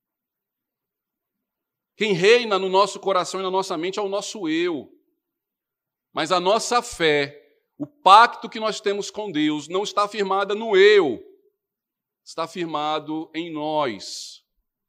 Speaker 1: Quem reina no nosso coração e na nossa mente é o nosso eu. Mas a nossa fé, o pacto que nós temos com Deus, não está firmada no eu, está firmado em nós.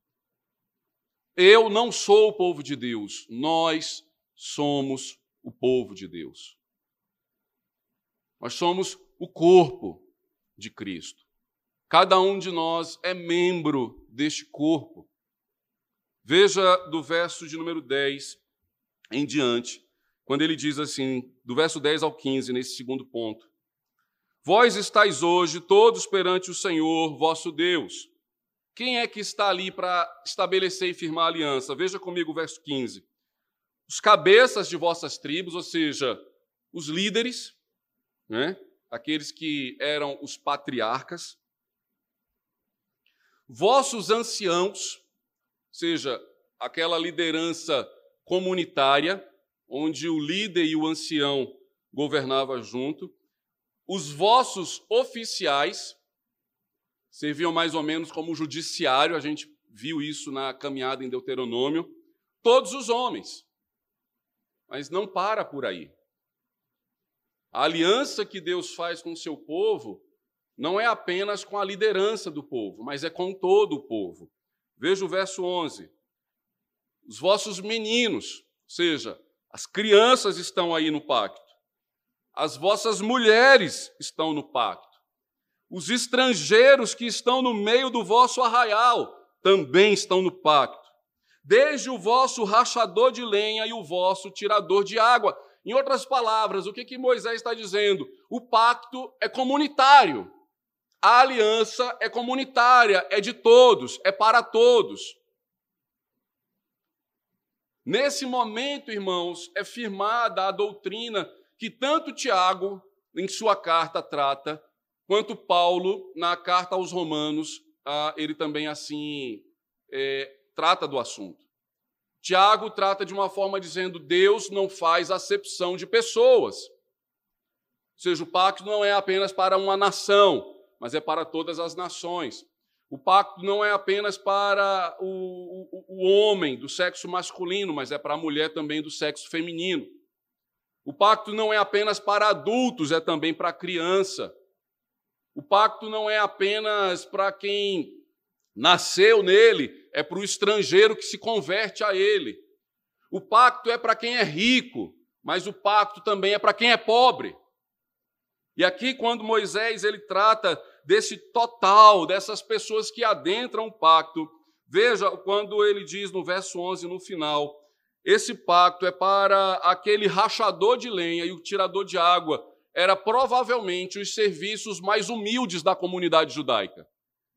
Speaker 1: Eu não sou o povo de Deus, nós somos o povo de Deus. Nós somos o corpo de Cristo. Cada um de nós é membro deste corpo. Veja do verso de número 10 em diante, quando ele diz assim, do verso 10 ao 15, nesse segundo ponto. Vós estáis hoje todos perante o Senhor, vosso Deus. Quem é que está ali para estabelecer e firmar a aliança? Veja comigo o verso 15. Os cabeças de vossas tribos, ou seja, os líderes, né? Aqueles que eram os patriarcas, vossos anciãos, ou seja, aquela liderança comunitária, onde o líder e o ancião governavam junto, os vossos oficiais, serviam mais ou menos como judiciário, a gente viu isso na caminhada em Deuteronômio, todos os homens. Mas não para por aí. A aliança que Deus faz com o seu povo não é apenas com a liderança do povo, mas é com todo o povo. Veja o verso 11. Os vossos meninos, ou seja, as crianças estão aí no pacto. As vossas mulheres estão no pacto. Os estrangeiros que estão no meio do vosso arraial também estão no pacto. Desde o vosso rachador de lenha e o vosso tirador de água. Em outras palavras, o que Moisés está dizendo? O pacto é comunitário. A aliança é comunitária, é de todos, é para todos. Nesse momento, irmãos, é firmada a doutrina que tanto Tiago, em sua carta, trata, quanto Paulo, na carta aos Romanos, ele também assim trata do assunto. Tiago trata de uma forma dizendo: Deus não faz acepção de pessoas. Ou seja, o pacto não é apenas para uma nação, mas é para todas as nações. O pacto não é apenas para o homem do sexo masculino, mas é para a mulher também do sexo feminino. O pacto não é apenas para adultos, é também para a criança. O pacto não é apenas para quem nasceu nele, é para o estrangeiro que se converte a ele. O pacto é para quem é rico, mas o pacto também é para quem é pobre. E aqui, quando Moisés ele trata desse total, dessas pessoas que adentram o pacto, veja quando ele diz no verso 11, no final, esse pacto é para aquele rachador de lenha e o tirador de água. Era provavelmente os serviços mais humildes da comunidade judaica.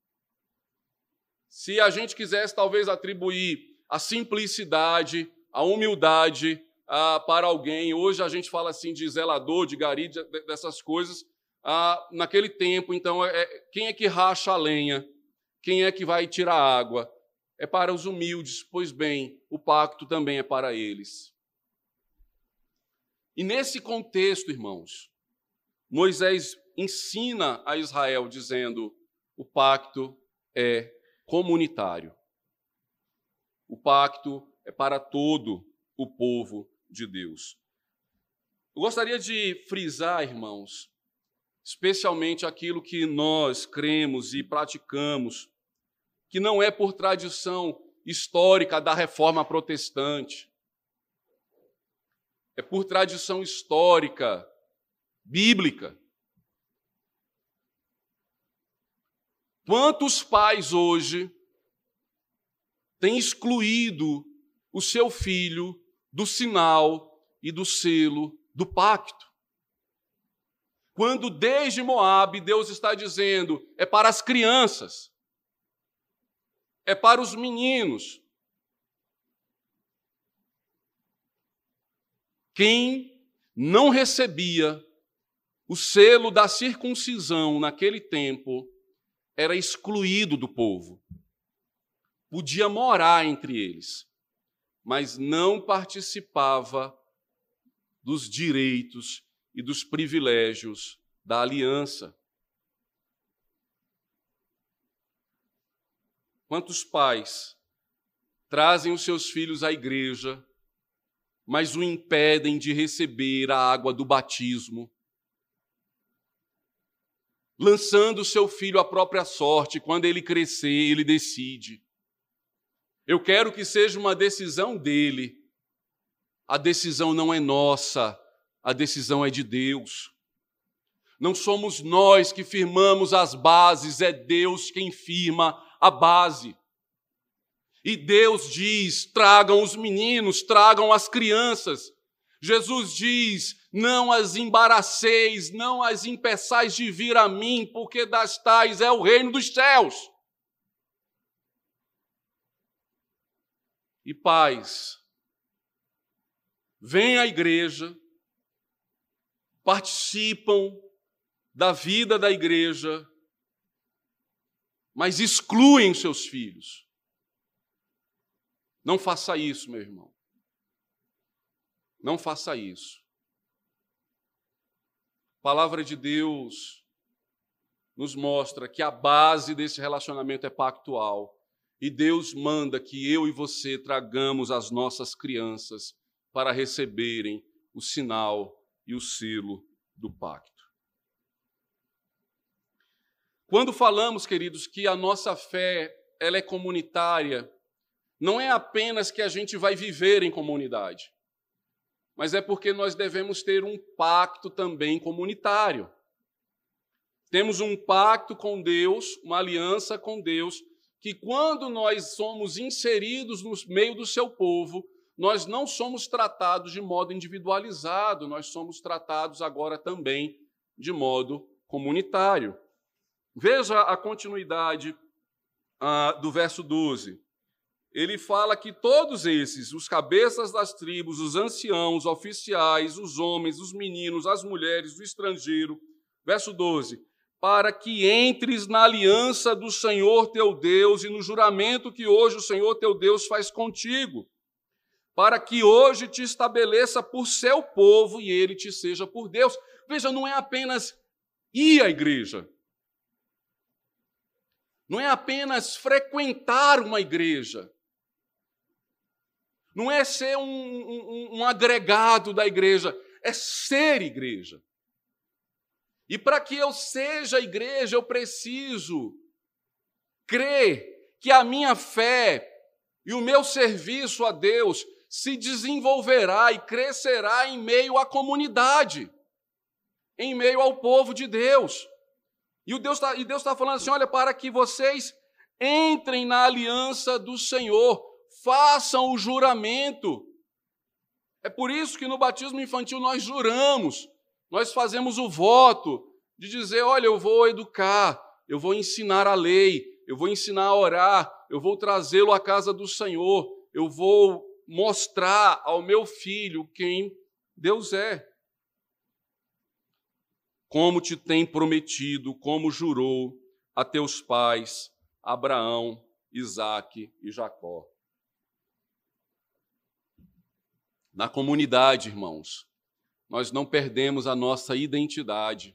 Speaker 1: Se a gente quisesse, talvez, atribuir a simplicidade, a humildade para alguém, hoje a gente fala assim de zelador, de gari, dessas coisas. Naquele tempo, então, quem é que racha a lenha? Quem é que vai tirar a água? É para os humildes, pois bem, o pacto também é para eles. E nesse contexto, irmãos, Moisés ensina a Israel dizendo: o pacto é comunitário. O pacto é para todo o povo de Deus. Eu gostaria de frisar, irmãos, especialmente aquilo que nós cremos e praticamos, que não é por tradição histórica da reforma protestante, é por tradição histórica, bíblica. Quantos pais hoje têm excluído o seu filho do sinal e do selo do pacto? Quando desde Moabe Deus está dizendo, é para as crianças, é para os meninos. Quem não recebia o selo da circuncisão naquele tempo era excluído do povo. Podia morar entre eles, mas não participava dos direitos e dos privilégios da aliança. Quantos pais trazem os seus filhos à igreja, mas o impedem de receber a água do batismo, lançando o seu filho à própria sorte? Quando ele crescer, ele decide. Eu quero que seja uma decisão dele. A decisão não é nossa, a decisão é de Deus. Não somos nós que firmamos as bases, é Deus quem firma a base. E Deus diz: tragam os meninos, tragam as crianças. Jesus diz: não as embaraceis, não as impeçais de vir a mim, porque das tais é o reino dos céus. E pais, vêm à igreja, participam da vida da igreja, mas excluem seus filhos. Não faça isso, meu irmão. Não faça isso. A palavra de Deus nos mostra que a base desse relacionamento é pactual. E Deus manda que eu e você tragamos as nossas crianças para receberem o sinal e o selo do pacto. Quando falamos, queridos, que a nossa fé ela é comunitária, não é apenas que a gente vai viver em comunidade, mas é porque nós devemos ter um pacto também comunitário. Temos um pacto com Deus, uma aliança com Deus, que quando nós somos inseridos no meio do seu povo, nós não somos tratados de modo individualizado, nós somos tratados agora também de modo comunitário. Veja a continuidade do verso 12. Ele fala que todos esses, os cabeças das tribos, os anciãos, os oficiais, os homens, os meninos, as mulheres, o estrangeiro, verso 12, para que entres na aliança do Senhor teu Deus e no juramento que hoje o Senhor teu Deus faz contigo, para que hoje te estabeleça por seu povo e ele te seja por Deus. Veja, não é apenas ir à igreja, não é apenas frequentar uma igreja, não é ser um agregado da igreja, é ser igreja. E para que eu seja igreja, eu preciso crer que a minha fé e o meu serviço a Deus se desenvolverá e crescerá em meio à comunidade, em meio ao povo de Deus. E Deus está falando assim: olha, para que vocês entrem na aliança do Senhor, façam o juramento. É por isso que no batismo infantil nós juramos, nós fazemos o voto de dizer: olha, eu vou educar, eu vou ensinar a lei, eu vou ensinar a orar, eu vou trazê-lo à casa do Senhor, eu vou mostrar ao meu filho quem Deus é. Como te tem prometido, como jurou a teus pais, Abraão, Isaque e Jacó. Na comunidade, irmãos, nós não perdemos a nossa identidade.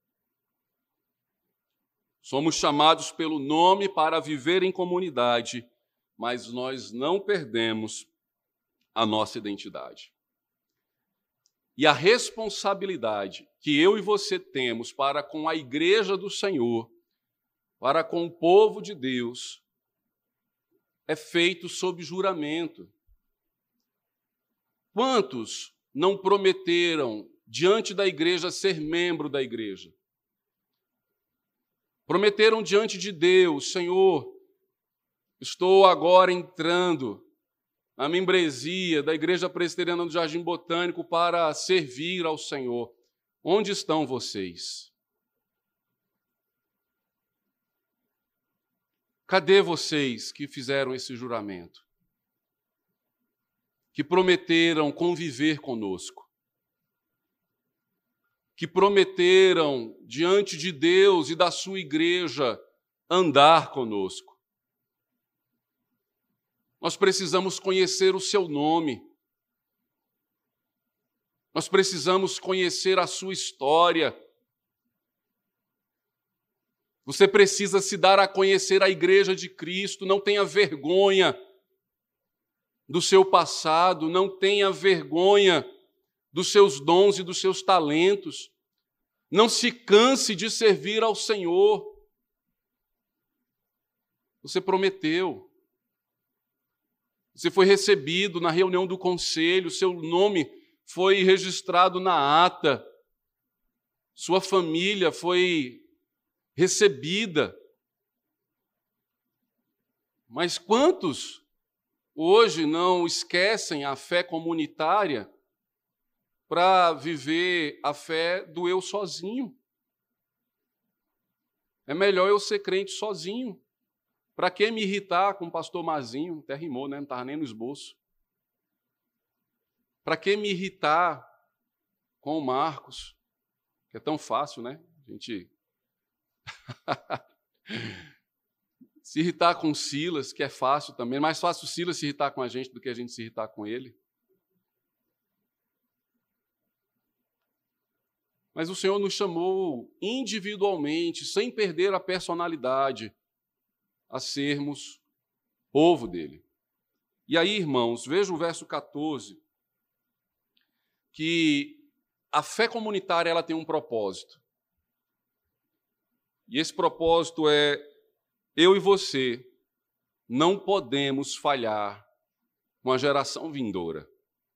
Speaker 1: Somos chamados pelo nome para viver em comunidade, mas nós não perdemos a nossa identidade. E a responsabilidade que eu e você temos para com a igreja do Senhor, para com o povo de Deus, é feito sob juramento. Quantos não prometeram diante da igreja ser membro da igreja? Prometeram diante de Deus: Senhor, estou agora entrando na membresia da Igreja Presbiteriana do Jardim Botânico para servir ao Senhor. Onde estão vocês? Cadê vocês que fizeram esse juramento? Que prometeram conviver conosco? Que prometeram, diante de Deus e da sua igreja, andar conosco? Nós precisamos conhecer o seu nome. Nós precisamos conhecer a sua história. Você precisa se dar a conhecer a Igreja de Cristo. Não tenha vergonha do seu passado, não tenha vergonha dos seus dons e dos seus talentos. Não se canse de servir ao Senhor. Você prometeu. Você foi recebido na reunião do conselho, seu nome foi registrado na ata, sua família foi recebida. Mas quantos hoje não esquecem a fé comunitária para viver a fé do eu sozinho? É melhor eu ser crente sozinho. Para que me irritar com o pastor Mazinho? Até rimou, né? Não estava nem no esboço. Para que me irritar com o Marcos? Que é tão fácil, né? A gente se irritar com o Silas, que é fácil também. É mais fácil o Silas se irritar com a gente do que a gente se irritar com ele. Mas o Senhor nos chamou individualmente, sem perder a personalidade, a sermos povo dele. E aí, irmãos, veja o verso 14, que a fé comunitária ela tem um propósito. E esse propósito é: eu e você não podemos falhar com a geração vindoura.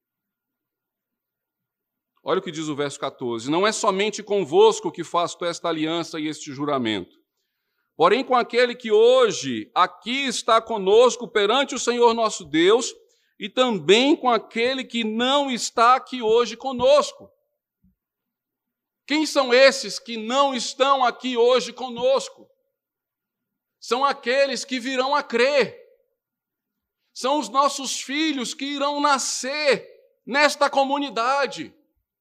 Speaker 1: Olha o que diz o verso 14. Não é somente convosco que faço esta aliança e este juramento, porém com aquele que hoje aqui está conosco perante o Senhor nosso Deus, e também com aquele que não está aqui hoje conosco. Quem são esses que não estão aqui hoje conosco? São aqueles que virão a crer. São os nossos filhos que irão nascer nesta comunidade.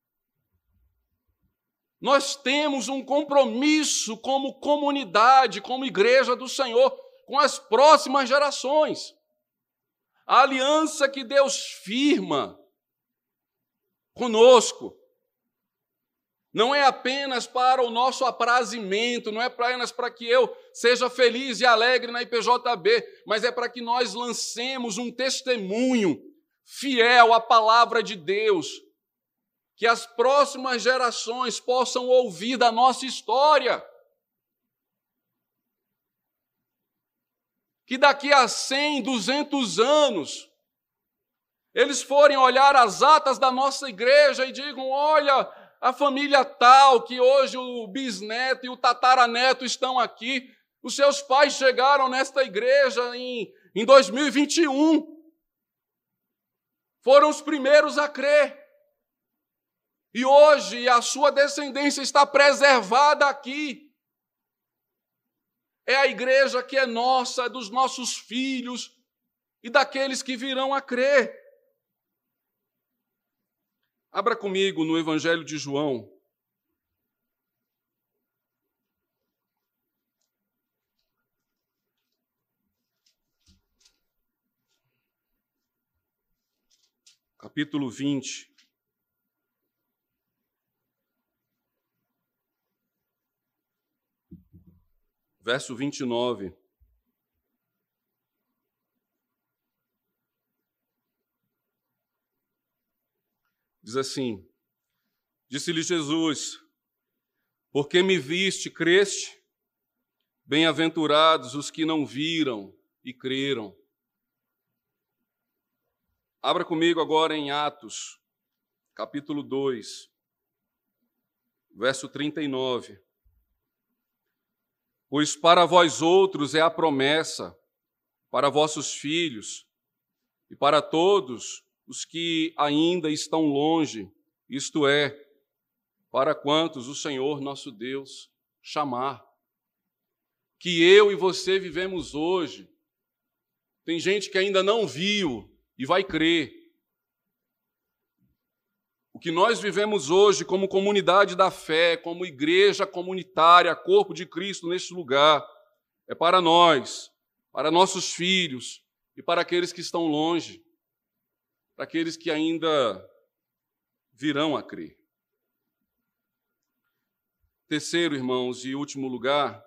Speaker 1: Nós temos um compromisso como comunidade, como igreja do Senhor, com as próximas gerações. A aliança que Deus firma conosco não é apenas para o nosso aprazimento, não é apenas para que eu seja feliz e alegre na IPJB, mas é para que nós lancemos um testemunho fiel à palavra de Deus, que as próximas gerações possam ouvir da nossa história. Que daqui a 100, 200 anos, eles forem olhar as atas da nossa igreja e digam: olha, a família tal, que hoje o bisneto e o tataraneto estão aqui, os seus pais chegaram nesta igreja em 2021. Foram os primeiros a crer. E hoje a sua descendência está preservada aqui. É a igreja que é nossa, é dos nossos filhos e daqueles que virão a crer. Abra comigo no Evangelho de João. Capítulo 20. Verso 29. Diz assim: disse-lhe Jesus: porque me viste, creste? Bem-aventurados os que não viram e creram. Abra comigo agora em Atos, capítulo 2, verso 39. Pois para vós outros é a promessa, para vossos filhos e para todos os que ainda estão longe, isto é, para quantos o Senhor nosso Deus chamar. Que eu e você vivemos hoje. Tem gente que ainda não viu e vai crer. O que nós vivemos hoje como comunidade da fé, como igreja comunitária, corpo de Cristo neste lugar, é para nós, para nossos filhos e para aqueles que estão longe, para aqueles que ainda virão a crer. Terceiro, irmãos, e último lugar,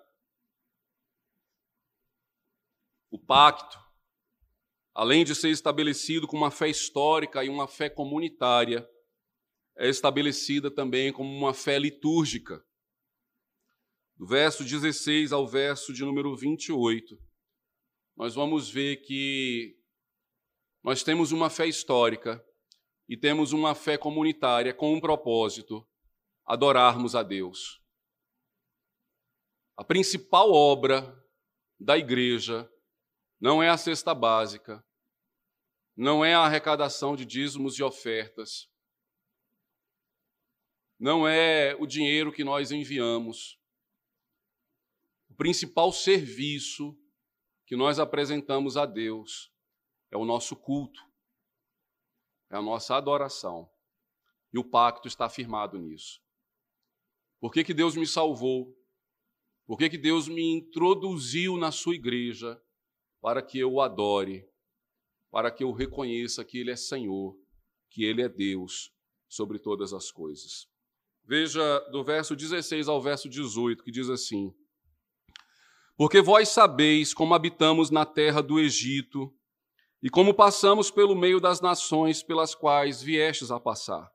Speaker 1: o pacto, além de ser estabelecido com uma fé histórica e uma fé comunitária, é estabelecida também como uma fé litúrgica. Do verso 16 ao verso de número 28, nós vamos ver que nós temos uma fé histórica e temos uma fé comunitária com um propósito: adorarmos a Deus. A principal obra da igreja não é a cesta básica, não é a arrecadação de dízimos e ofertas, não é o dinheiro que nós enviamos. O principal serviço que nós apresentamos a Deus é o nosso culto, é a nossa adoração. E o pacto está firmado nisso. Por que Deus me salvou? Por que Deus me introduziu na sua igreja? Para que eu o adore, para que eu reconheça que Ele é Senhor, que Ele é Deus sobre todas as coisas. Veja do verso 16 ao verso 18, que diz assim: porque vós sabeis como habitamos na terra do Egito e como passamos pelo meio das nações pelas quais viestes a passar.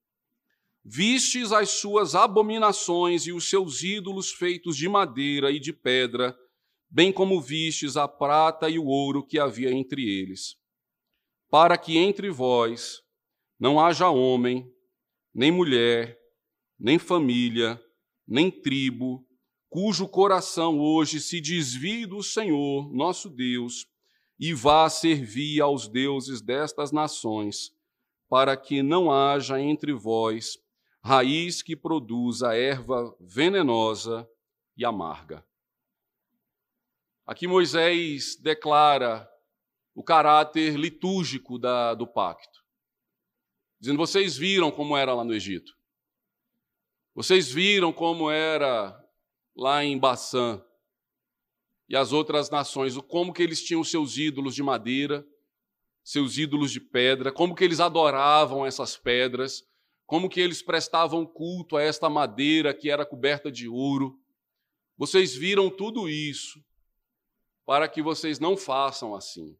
Speaker 1: Vistes as suas abominações e os seus ídolos feitos de madeira e de pedra, bem como vistes a prata e o ouro que havia entre eles, para que entre vós não haja homem, nem mulher, nem família, nem tribo, cujo coração hoje se desvie do Senhor, nosso Deus, e vá servir aos deuses destas nações, para que não haja entre vós raiz que produza erva venenosa e amarga. Aqui Moisés declara o caráter litúrgico do pacto, dizendo: vocês viram como era lá no Egito, vocês viram como era lá em Baçã e as outras nações, como que eles tinham seus ídolos de madeira, seus ídolos de pedra, como que eles adoravam essas pedras, como que eles prestavam culto a esta madeira que era coberta de ouro. Vocês viram tudo isso para que vocês não façam assim.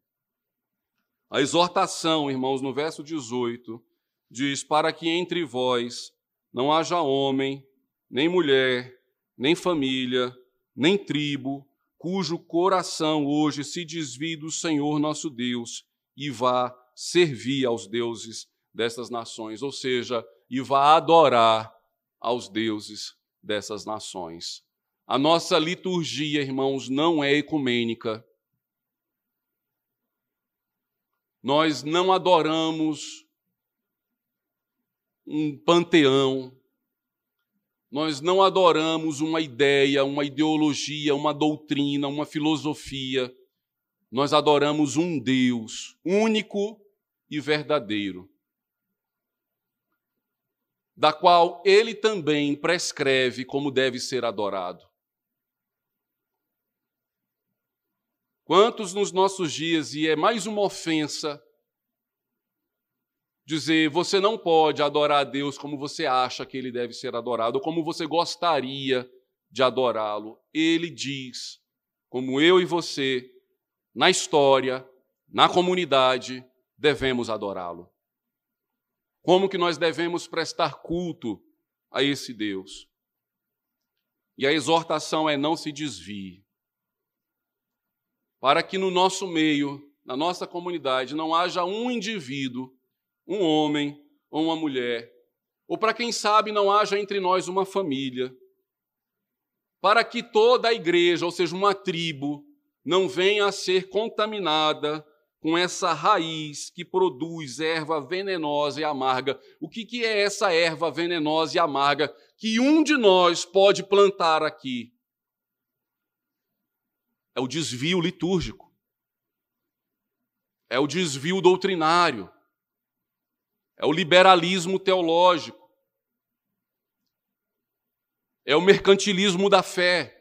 Speaker 1: A exortação, irmãos, no verso 18, diz: para que entre vós não haja homem, nem mulher, nem família, nem tribo, cujo coração hoje se desvie do Senhor nosso Deus e vá servir aos deuses dessas nações, ou seja, e vá adorar aos deuses dessas nações. A nossa liturgia, irmãos, não é ecumênica. Nós não adoramos um panteão, nós não adoramos uma ideia, uma ideologia, uma doutrina, uma filosofia. Nós adoramos um Deus único e verdadeiro, da qual Ele também prescreve como deve ser adorado. Quantos nos nossos dias, e é mais uma ofensa, dizer: você não pode adorar a Deus como você acha que Ele deve ser adorado, ou como você gostaria de adorá-lo. Ele diz, como eu e você, na história, na comunidade, devemos adorá-lo. Como que nós devemos prestar culto a esse Deus? E a exortação é: não se desvie. Para que no nosso meio, na nossa comunidade, não haja um indivíduo, um homem ou uma mulher, ou para quem sabe não haja entre nós uma família, para que toda a igreja, ou seja, uma tribo, não venha a ser contaminada com essa raiz que produz erva venenosa e amarga. O que é essa erva venenosa e amarga que um de nós pode plantar aqui? É o desvio litúrgico, é o desvio doutrinário, é o liberalismo teológico, é o mercantilismo da fé.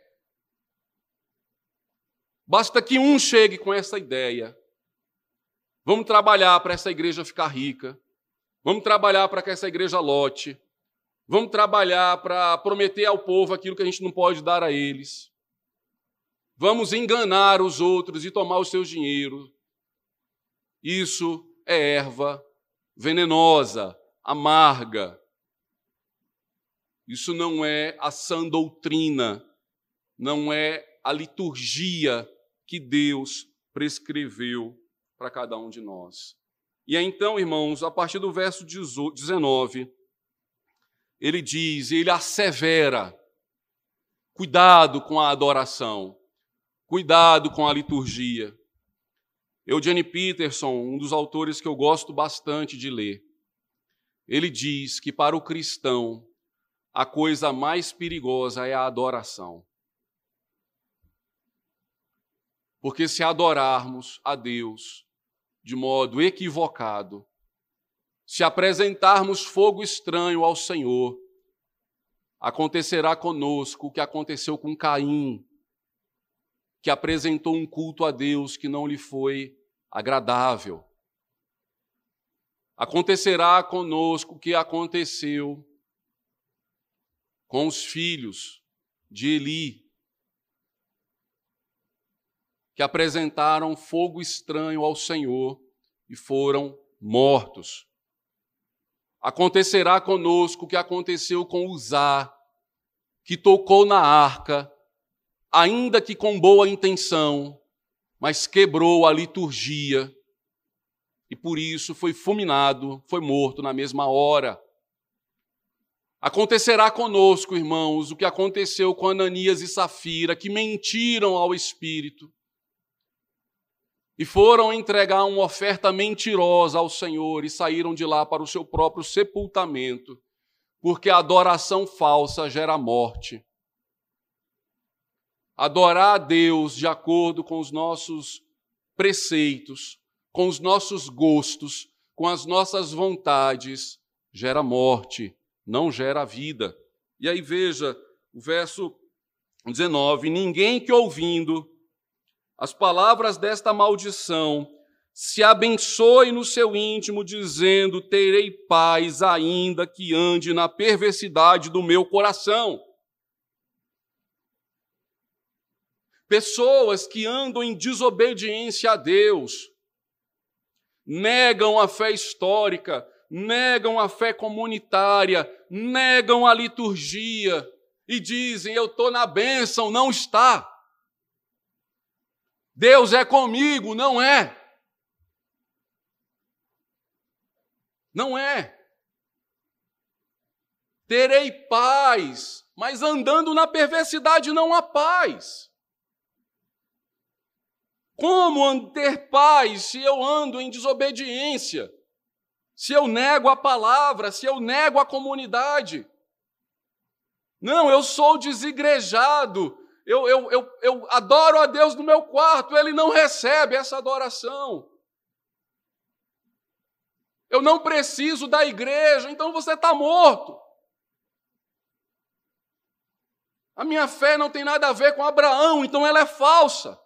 Speaker 1: Basta que um chegue com essa ideia: vamos trabalhar para essa igreja ficar rica, Vamos trabalhar para que essa igreja lote. Vamos trabalhar para prometer ao povo aquilo que a gente não pode dar a eles. Vamos enganar os outros e tomar os seus dinheiros. Isso é erva venenosa, amarga. Isso não é a sã doutrina, não é a liturgia que Deus prescreveu para cada um de nós. E aí, então, irmãos, a partir do verso 19, ele diz, ele assevera, cuidado com a adoração, cuidado com a liturgia. Eugene Peterson, um dos autores que eu gosto bastante de ler, ele diz que para o cristão a coisa mais perigosa é a adoração. Porque se adorarmos a Deus de modo equivocado, se apresentarmos fogo estranho ao Senhor, acontecerá conosco o que aconteceu com Caim, que apresentou um culto a Deus que não lhe foi agradável. Acontecerá conosco o que aconteceu com os filhos de Eli, que apresentaram fogo estranho ao Senhor e foram mortos. Acontecerá conosco o que aconteceu com Uzá, que tocou na arca, ainda que com boa intenção, mas quebrou a liturgia e por isso foi fulminado, foi morto na mesma hora. Acontecerá conosco, irmãos, o que aconteceu com Ananias e Safira, que mentiram ao Espírito e foram entregar uma oferta mentirosa ao Senhor e saíram de lá para o seu próprio sepultamento, porque a adoração falsa gera morte. Adorar a Deus de acordo com os nossos preceitos, com os nossos gostos, com as nossas vontades, gera morte, não gera vida. E aí veja o verso 19, ninguém que ouvindo as palavras desta maldição se abençoe no seu íntimo, dizendo, terei paz ainda que ande na perversidade do meu coração. Pessoas que andam em desobediência a Deus, negam a fé histórica, negam a fé comunitária, negam a liturgia e dizem, eu estou na bênção, não está. Deus é comigo, não é. Não é. Terei paz, mas andando na perversidade não há paz. Como ter paz se eu ando em desobediência? Se eu nego a palavra, se eu nego a comunidade? Não, eu sou desigrejado, eu adoro a Deus no meu quarto, Ele não recebe essa adoração. Eu não preciso da igreja, então você está morto. A minha fé não tem nada a ver com Abraão, então ela é falsa.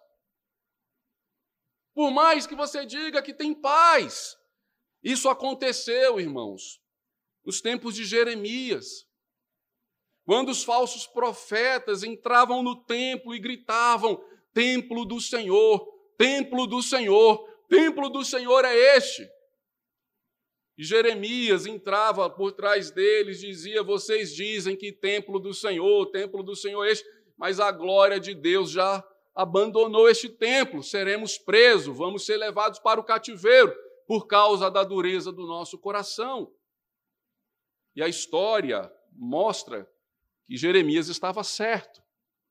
Speaker 1: Por mais que você diga que tem paz. Isso aconteceu, irmãos, nos tempos de Jeremias. Quando os falsos profetas entravam no templo e gritavam, templo do Senhor, templo do Senhor, templo do Senhor é este. E Jeremias entrava por trás deles, dizia, vocês dizem que templo do Senhor é este, mas a glória de Deus já abandonou este templo, seremos presos, vamos ser levados para o cativeiro por causa da dureza do nosso coração. E a história mostra que Jeremias estava certo.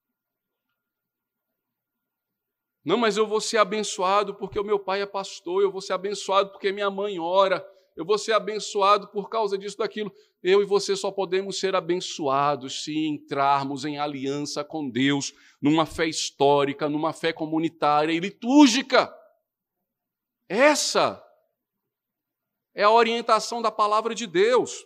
Speaker 1: Não, mas eu vou ser abençoado porque o meu pai é pastor, eu vou ser abençoado porque minha mãe ora, eu vou ser abençoado por causa disso, daquilo. Eu e você só podemos ser abençoados se entrarmos em aliança com Deus, numa fé histórica, numa fé comunitária e litúrgica. Essa é a orientação da palavra de Deus.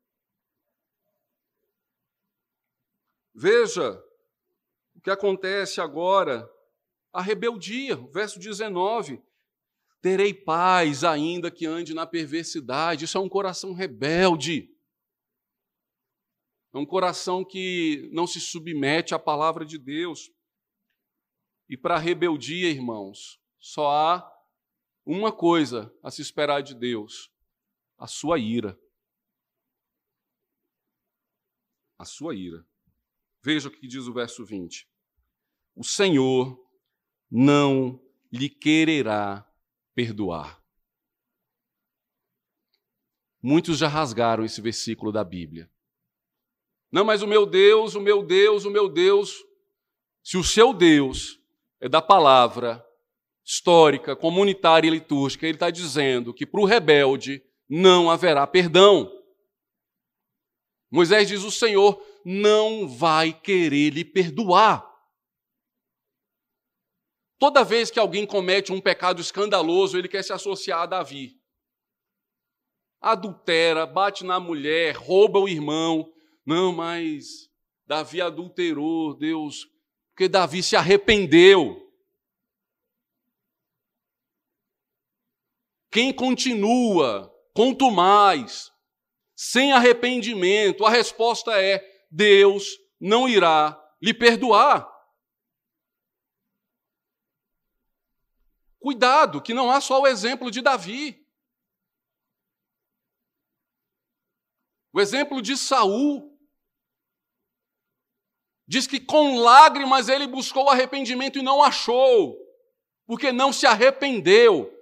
Speaker 1: Veja o que acontece agora, a rebeldia, verso 19. Terei paz, ainda que ande na perversidade. Isso é um coração rebelde. É um coração que não se submete à palavra de Deus. E para a rebeldia, irmãos, só há uma coisa a se esperar de Deus: a sua ira. A sua ira. Veja o que diz o verso 20. O Senhor não lhe quererá perdoar. Muitos já rasgaram esse versículo da Bíblia. Não, mas o meu Deus, o meu Deus, o meu Deus. Se o seu Deus é da palavra histórica, comunitária e litúrgica, ele está dizendo que para o rebelde não haverá perdão. Moisés diz: o Senhor não vai querer lhe perdoar. Toda vez que alguém comete um pecado escandaloso, ele quer se associar a Davi. Adultera, bate na mulher, rouba o irmão. Não, mas Davi adulterou, Deus, porque Davi se arrependeu. Quem continua, quanto mais, sem arrependimento, a resposta é: Deus não irá lhe perdoar. Cuidado, que não há só o exemplo de Davi. O exemplo de Saul diz que com lágrimas ele buscou arrependimento e não achou, porque não se arrependeu.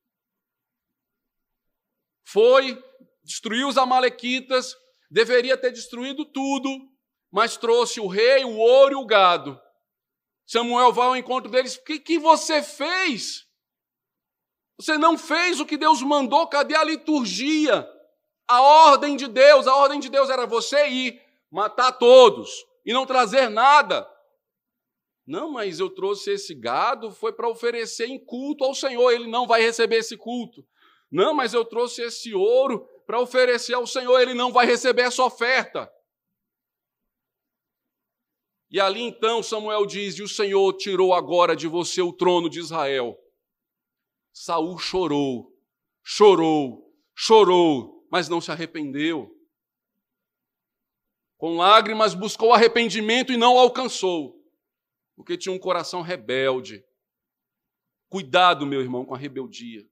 Speaker 1: Foi, destruiu os amalequitas, deveria ter destruído tudo, mas trouxe o rei, o ouro e o gado. Samuel vai ao encontro deles: o que você fez? Você não fez o que Deus mandou, cadê a liturgia? A ordem de Deus era você ir matar todos e não trazer nada. Não, mas eu trouxe esse gado, foi para oferecer em culto ao Senhor, ele não vai receber esse culto. Não, mas eu trouxe esse ouro para oferecer ao Senhor, ele não vai receber essa oferta. E ali então Samuel diz: e o Senhor tirou agora de você o trono de Israel. Saul chorou, mas não se arrependeu. Com lágrimas buscou arrependimento e não alcançou, porque tinha um coração rebelde. Cuidado, meu irmão, com a rebeldia.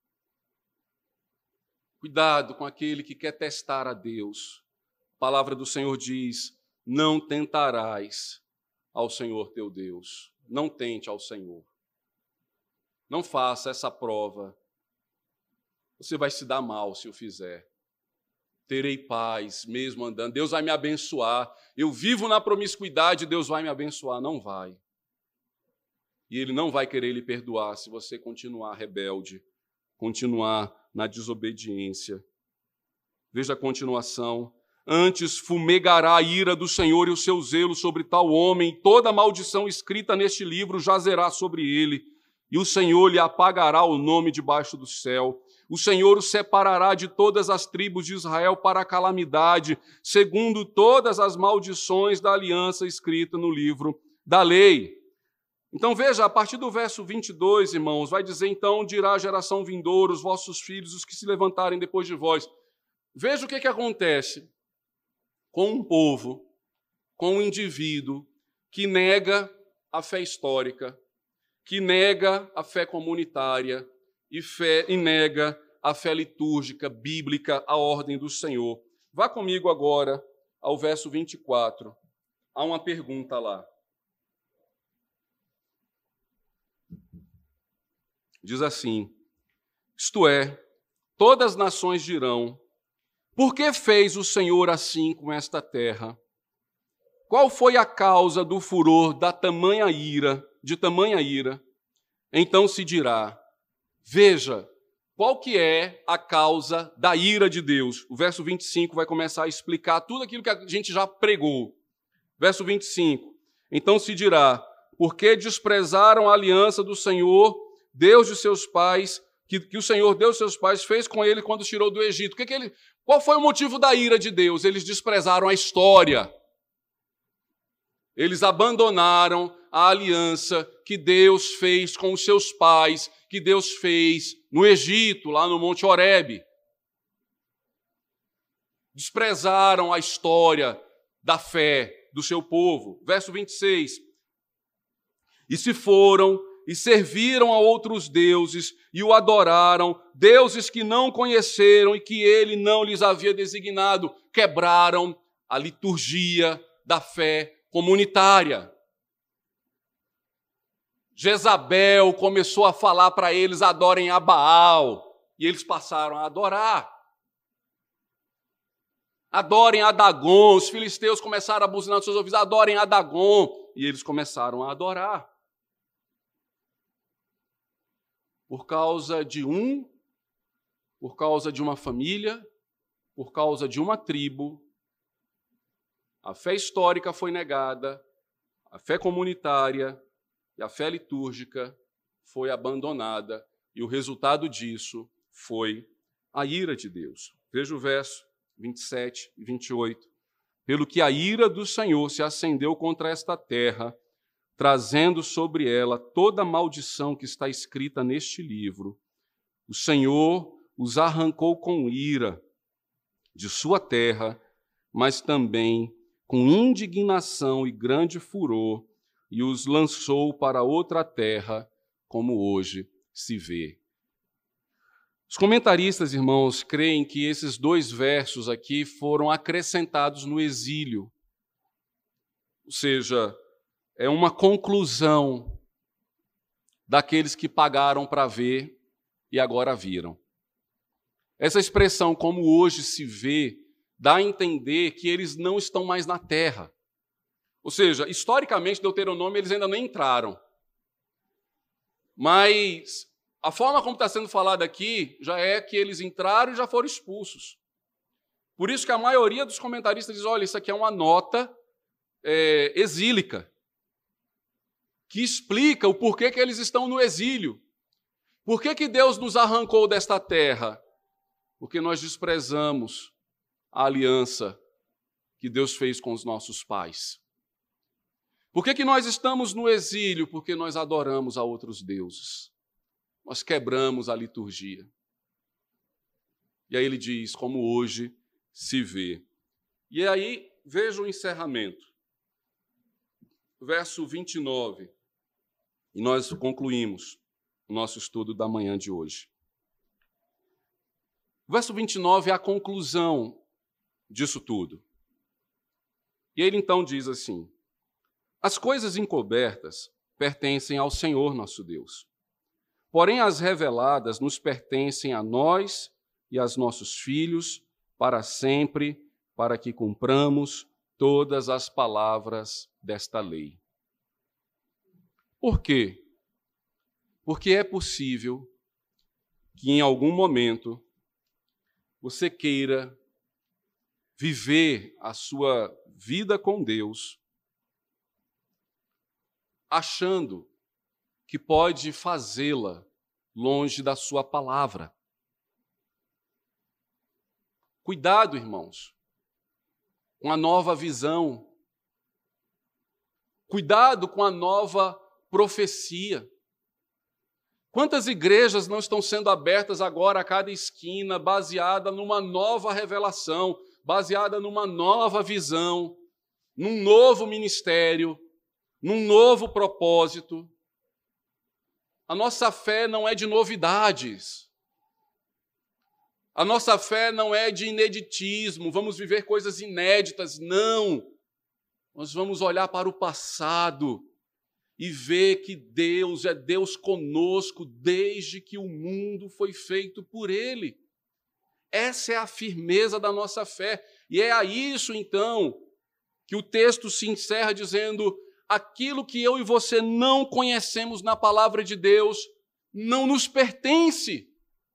Speaker 1: Cuidado com aquele que quer testar a Deus. A palavra do Senhor diz: não tentarás ao Senhor teu Deus. Não tente ao Senhor. Não faça essa prova. Você vai se dar mal se o fizer. Terei paz mesmo andando. Deus vai me abençoar. Eu vivo na promiscuidade, Deus vai me abençoar. Não vai. E Ele não vai querer lhe perdoar se você continuar rebelde, continuar na desobediência. Veja a continuação. Antes fumegará a ira do Senhor e o seu zelo sobre tal homem, e toda maldição escrita neste livro jazerá sobre ele, e o Senhor lhe apagará o nome debaixo do céu. O Senhor o separará de todas as tribos de Israel para a calamidade, segundo todas as maldições da aliança escrita no livro da lei. Então veja, a partir do verso 22, irmãos, vai dizer: então dirá a geração vindoura, os vossos filhos, os que se levantarem depois de vós. Veja o que acontece com um povo, com um indivíduo que nega a fé histórica, que nega a fé comunitária e nega a fé litúrgica, bíblica, a ordem do Senhor. Vá comigo agora ao verso 24. Há uma pergunta lá. Diz assim: isto é, todas as nações dirão: por que fez o Senhor assim com esta terra? Qual foi a causa do furor de tamanha ira? Então se dirá: veja, qual que é a causa da ira de Deus? O verso 25 vai começar a explicar tudo aquilo que a gente já pregou. Verso 25. Então se dirá: porque desprezaram a aliança do Senhor, Deus de seus pais, que o Senhor, Deus de seus pais, fez com ele quando os tirou do Egito. Qual foi o motivo da ira de Deus? Eles desprezaram a história. Eles abandonaram a aliança que Deus fez com os seus pais, que Deus fez no Egito, lá no Monte Horebe. Desprezaram a história da fé do seu povo. Verso 26. E se foram e serviram a outros deuses e o adoraram, deuses que não conheceram e que ele não lhes havia designado, quebraram a liturgia da fé comunitária. Jezabel começou a falar para eles: adorem a Baal, e eles passaram a adorar. Adorem a Dagon, os filisteus começaram a buzinar nos seus ouvidos: adorem a Dagon, e eles começaram a adorar. Por causa de uma família, por causa de uma tribo, a fé histórica foi negada, a fé comunitária e a fé litúrgica foi abandonada, e o resultado disso foi a ira de Deus. Veja o verso 27 e 28. Pelo que a ira do Senhor se acendeu contra esta terra, trazendo sobre ela toda a maldição que está escrita neste livro, o Senhor os arrancou com ira de sua terra, mas também com indignação e grande furor, e os lançou para outra terra, como hoje se vê. Os comentaristas, irmãos, creem que esses 2 versos aqui foram acrescentados no exílio. Ou seja, é uma conclusão daqueles que pagaram para ver e agora viram. Essa expressão, como hoje se vê, dá a entender que eles não estão mais na terra. Ou seja, historicamente, Deuteronômio, eles ainda nem entraram. Mas a forma como está sendo falado aqui já é que eles entraram e já foram expulsos. Por isso que a maioria dos comentaristas diz: olha, isso aqui é uma nota exílica, que explica o porquê que eles estão no exílio. Por que Deus nos arrancou desta terra? Porque nós desprezamos a aliança que Deus fez com os nossos pais. Por que nós estamos no exílio? Porque nós adoramos a outros deuses. Nós quebramos a liturgia. E aí ele diz: como hoje se vê. E aí, veja o encerramento. Verso 29. E nós concluímos o nosso estudo da manhã de hoje. O verso 29 é a conclusão disso tudo. E ele então diz assim: as coisas encobertas pertencem ao Senhor nosso Deus. Porém, as reveladas nos pertencem a nós e aos nossos filhos para sempre, para que cumpramos todas as palavras desta lei. Por quê? Porque é possível que em algum momento você queira viver a sua vida com Deus achando que pode fazê-la longe da sua palavra. Cuidado, irmãos, com a nova visão. Cuidado com a nova profecia. Quantas igrejas não estão sendo abertas agora a cada esquina, baseada numa nova revelação, baseada numa nova visão, num novo ministério, num novo propósito. A nossa fé não é de novidades. A nossa fé não é de ineditismo, vamos viver coisas inéditas, não. Nós vamos olhar para o passado e ver que Deus é Deus conosco desde que o mundo foi feito por Ele. Essa é a firmeza da nossa fé. E é a isso, então, que o texto se encerra dizendo: aquilo que eu e você não conhecemos na palavra de Deus não nos pertence.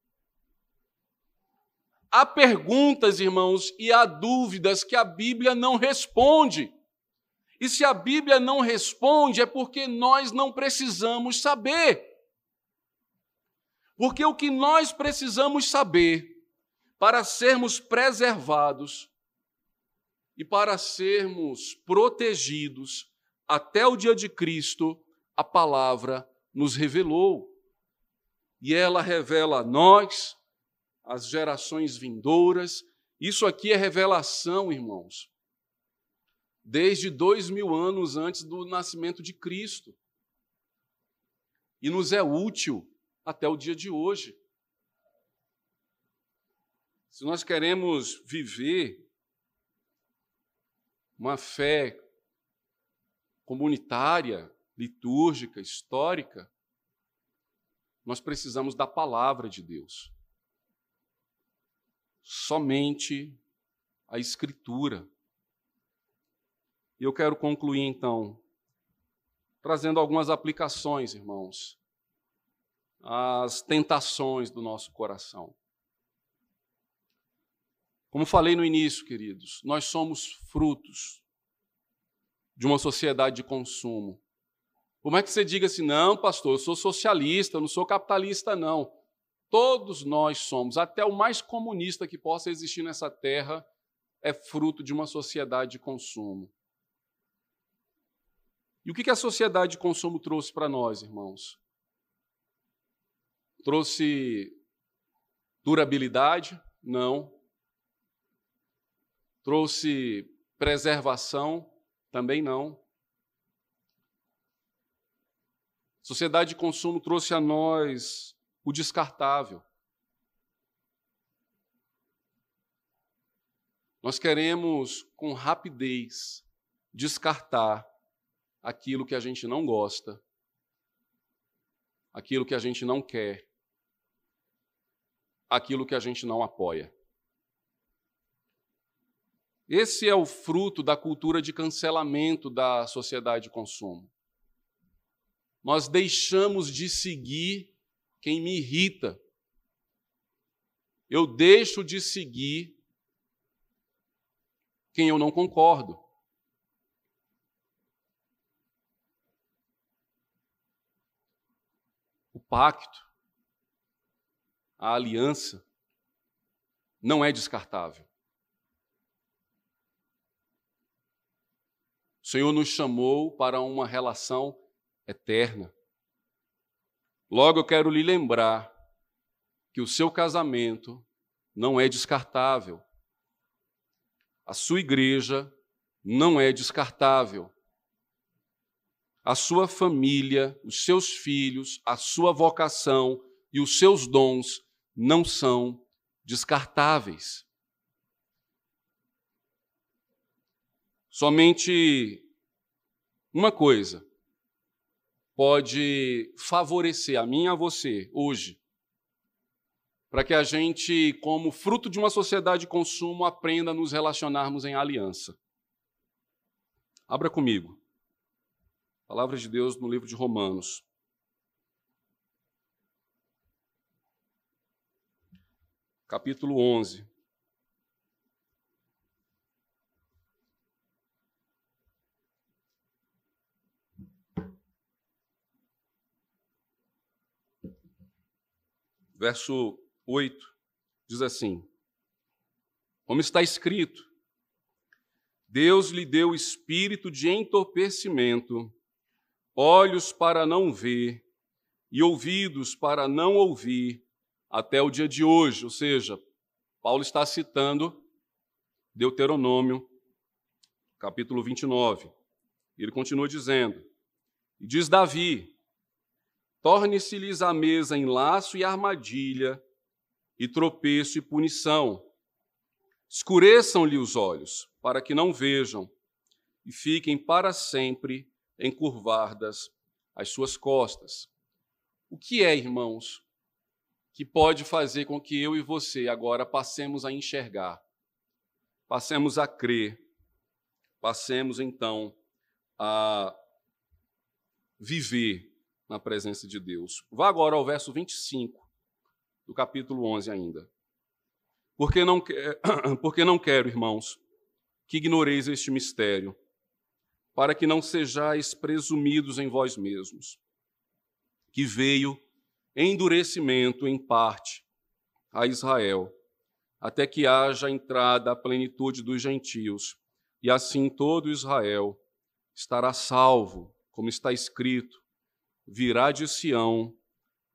Speaker 1: Há perguntas, irmãos, e há dúvidas que a Bíblia não responde. E se a Bíblia não responde, é porque nós não precisamos saber. Porque o que nós precisamos saber para sermos preservados e para sermos protegidos até o dia de Cristo, a palavra nos revelou. e ela revela a nós, as gerações vindouras. Isso aqui é revelação, irmãos, desde 2000 anos antes do nascimento de Cristo. E nos é útil até o dia de hoje. Se nós queremos viver uma fé comunitária, litúrgica, histórica, nós precisamos da palavra de Deus. Somente a Escritura. E eu quero concluir, então, trazendo algumas aplicações, irmãos, às tentações do nosso coração. Como falei no início, queridos, nós somos frutos de uma sociedade de consumo. Como é que você diga assim, não, pastor, eu sou socialista, eu não sou capitalista, não. Todos nós somos, até o mais comunista que possa existir nessa terra é fruto de uma sociedade de consumo. E o que a sociedade de consumo trouxe para nós, irmãos? Trouxe durabilidade? Não. Trouxe preservação? Também não. Sociedade de consumo trouxe a nós o descartável. Nós queremos, com rapidez, descartar aquilo que a gente não gosta, aquilo que a gente não quer, aquilo que a gente não apoia. Esse é o fruto da cultura de cancelamento da sociedade de consumo. Nós deixamos de seguir quem me irrita. Eu deixo de seguir quem eu não concordo. O pacto, a aliança, não é descartável. O Senhor nos chamou para uma relação eterna. Logo, eu quero lhe lembrar que o seu casamento não é descartável. A sua igreja não é descartável. A sua família, os seus filhos, a sua vocação e os seus dons não são descartáveis. Somente uma coisa pode favorecer a mim e a você hoje, para que a gente, como fruto de uma sociedade de consumo, aprenda a nos relacionarmos em aliança. Abra comigo. Palavra de Deus no livro de Romanos. Capítulo 11. Verso 8, diz assim: como está escrito, Deus lhe deu espírito de entorpecimento, olhos para não ver e ouvidos para não ouvir, até o dia de hoje. Ou seja, Paulo está citando Deuteronômio, capítulo 29. Ele continua dizendo, e diz Davi, torne-se-lhes a mesa em laço e armadilha, e tropeço e punição. Escureçam-lhe os olhos, para que não vejam, e fiquem para sempre encurvadas as suas costas. O que é, irmãos, que pode fazer com que eu e você agora passemos a enxergar, passemos a crer, passemos, então, a viver na presença de Deus? Vá agora ao verso 25 do capítulo 11 ainda. Porque não quero, irmãos, que ignoreis este mistério, para que não sejais presumidos em vós mesmos, que veio endurecimento em parte a Israel, até que haja entrada a plenitude dos gentios, e assim todo Israel estará salvo, como está escrito, virá de Sião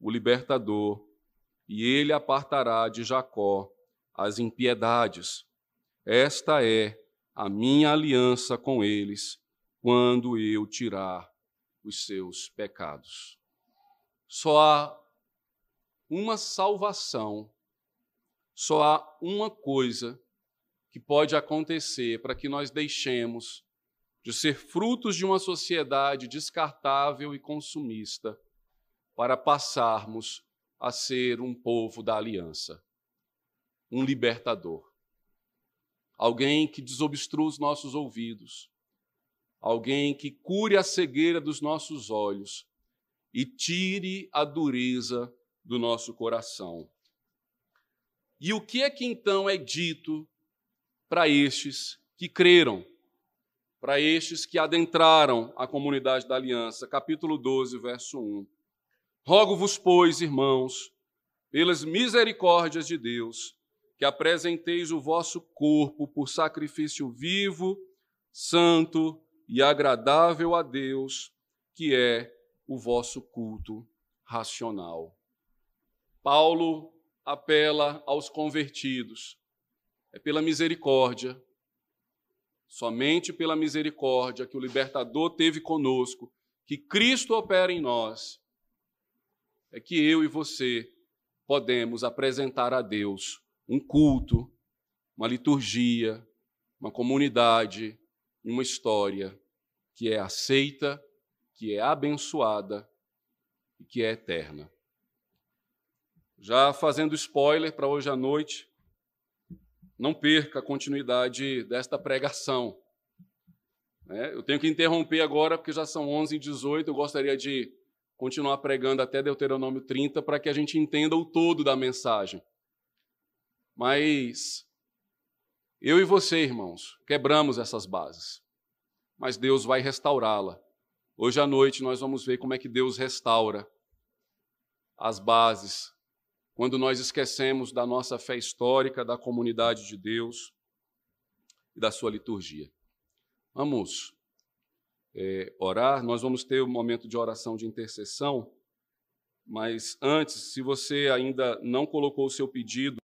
Speaker 1: o libertador, e ele apartará de Jacó as impiedades. Esta é a minha aliança com eles, quando eu tirar os seus pecados. Só há uma salvação, só há uma coisa que pode acontecer para que nós deixemos de ser frutos de uma sociedade descartável e consumista para passarmos a ser um povo da aliança, um libertador. Alguém que desobstrua os nossos ouvidos, alguém que cure a cegueira dos nossos olhos e tire a dureza do nosso coração. E o que é que então é dito para estes que creram, para estes que adentraram a comunidade da aliança? Capítulo 12, verso 1. Rogo-vos, pois, irmãos, pelas misericórdias de Deus, que apresenteis o vosso corpo por sacrifício vivo, santo e agradável a Deus, que é o vosso culto racional. Paulo apela aos convertidos. É pela misericórdia, somente pela misericórdia que o libertador teve conosco, que Cristo opera em nós, é que eu e você podemos apresentar a Deus um culto, uma liturgia, uma comunidade, uma história que é aceita, que é abençoada e que é eterna. Já fazendo spoiler para hoje à noite, não perca a continuidade desta pregação. Eu tenho que interromper agora, porque já são 11h18, eu gostaria de continuar pregando até Deuteronômio 30, para que a gente entenda o todo da mensagem. Mas eu e você, irmãos, quebramos essas bases, mas Deus vai restaurá-la. Hoje à noite nós vamos ver como é que Deus restaura as bases, quando nós esquecemos da nossa fé histórica, da comunidade de Deus e da sua liturgia. Vamos orar, nós vamos ter um momento de oração de intercessão, mas antes, se você ainda não colocou o seu pedido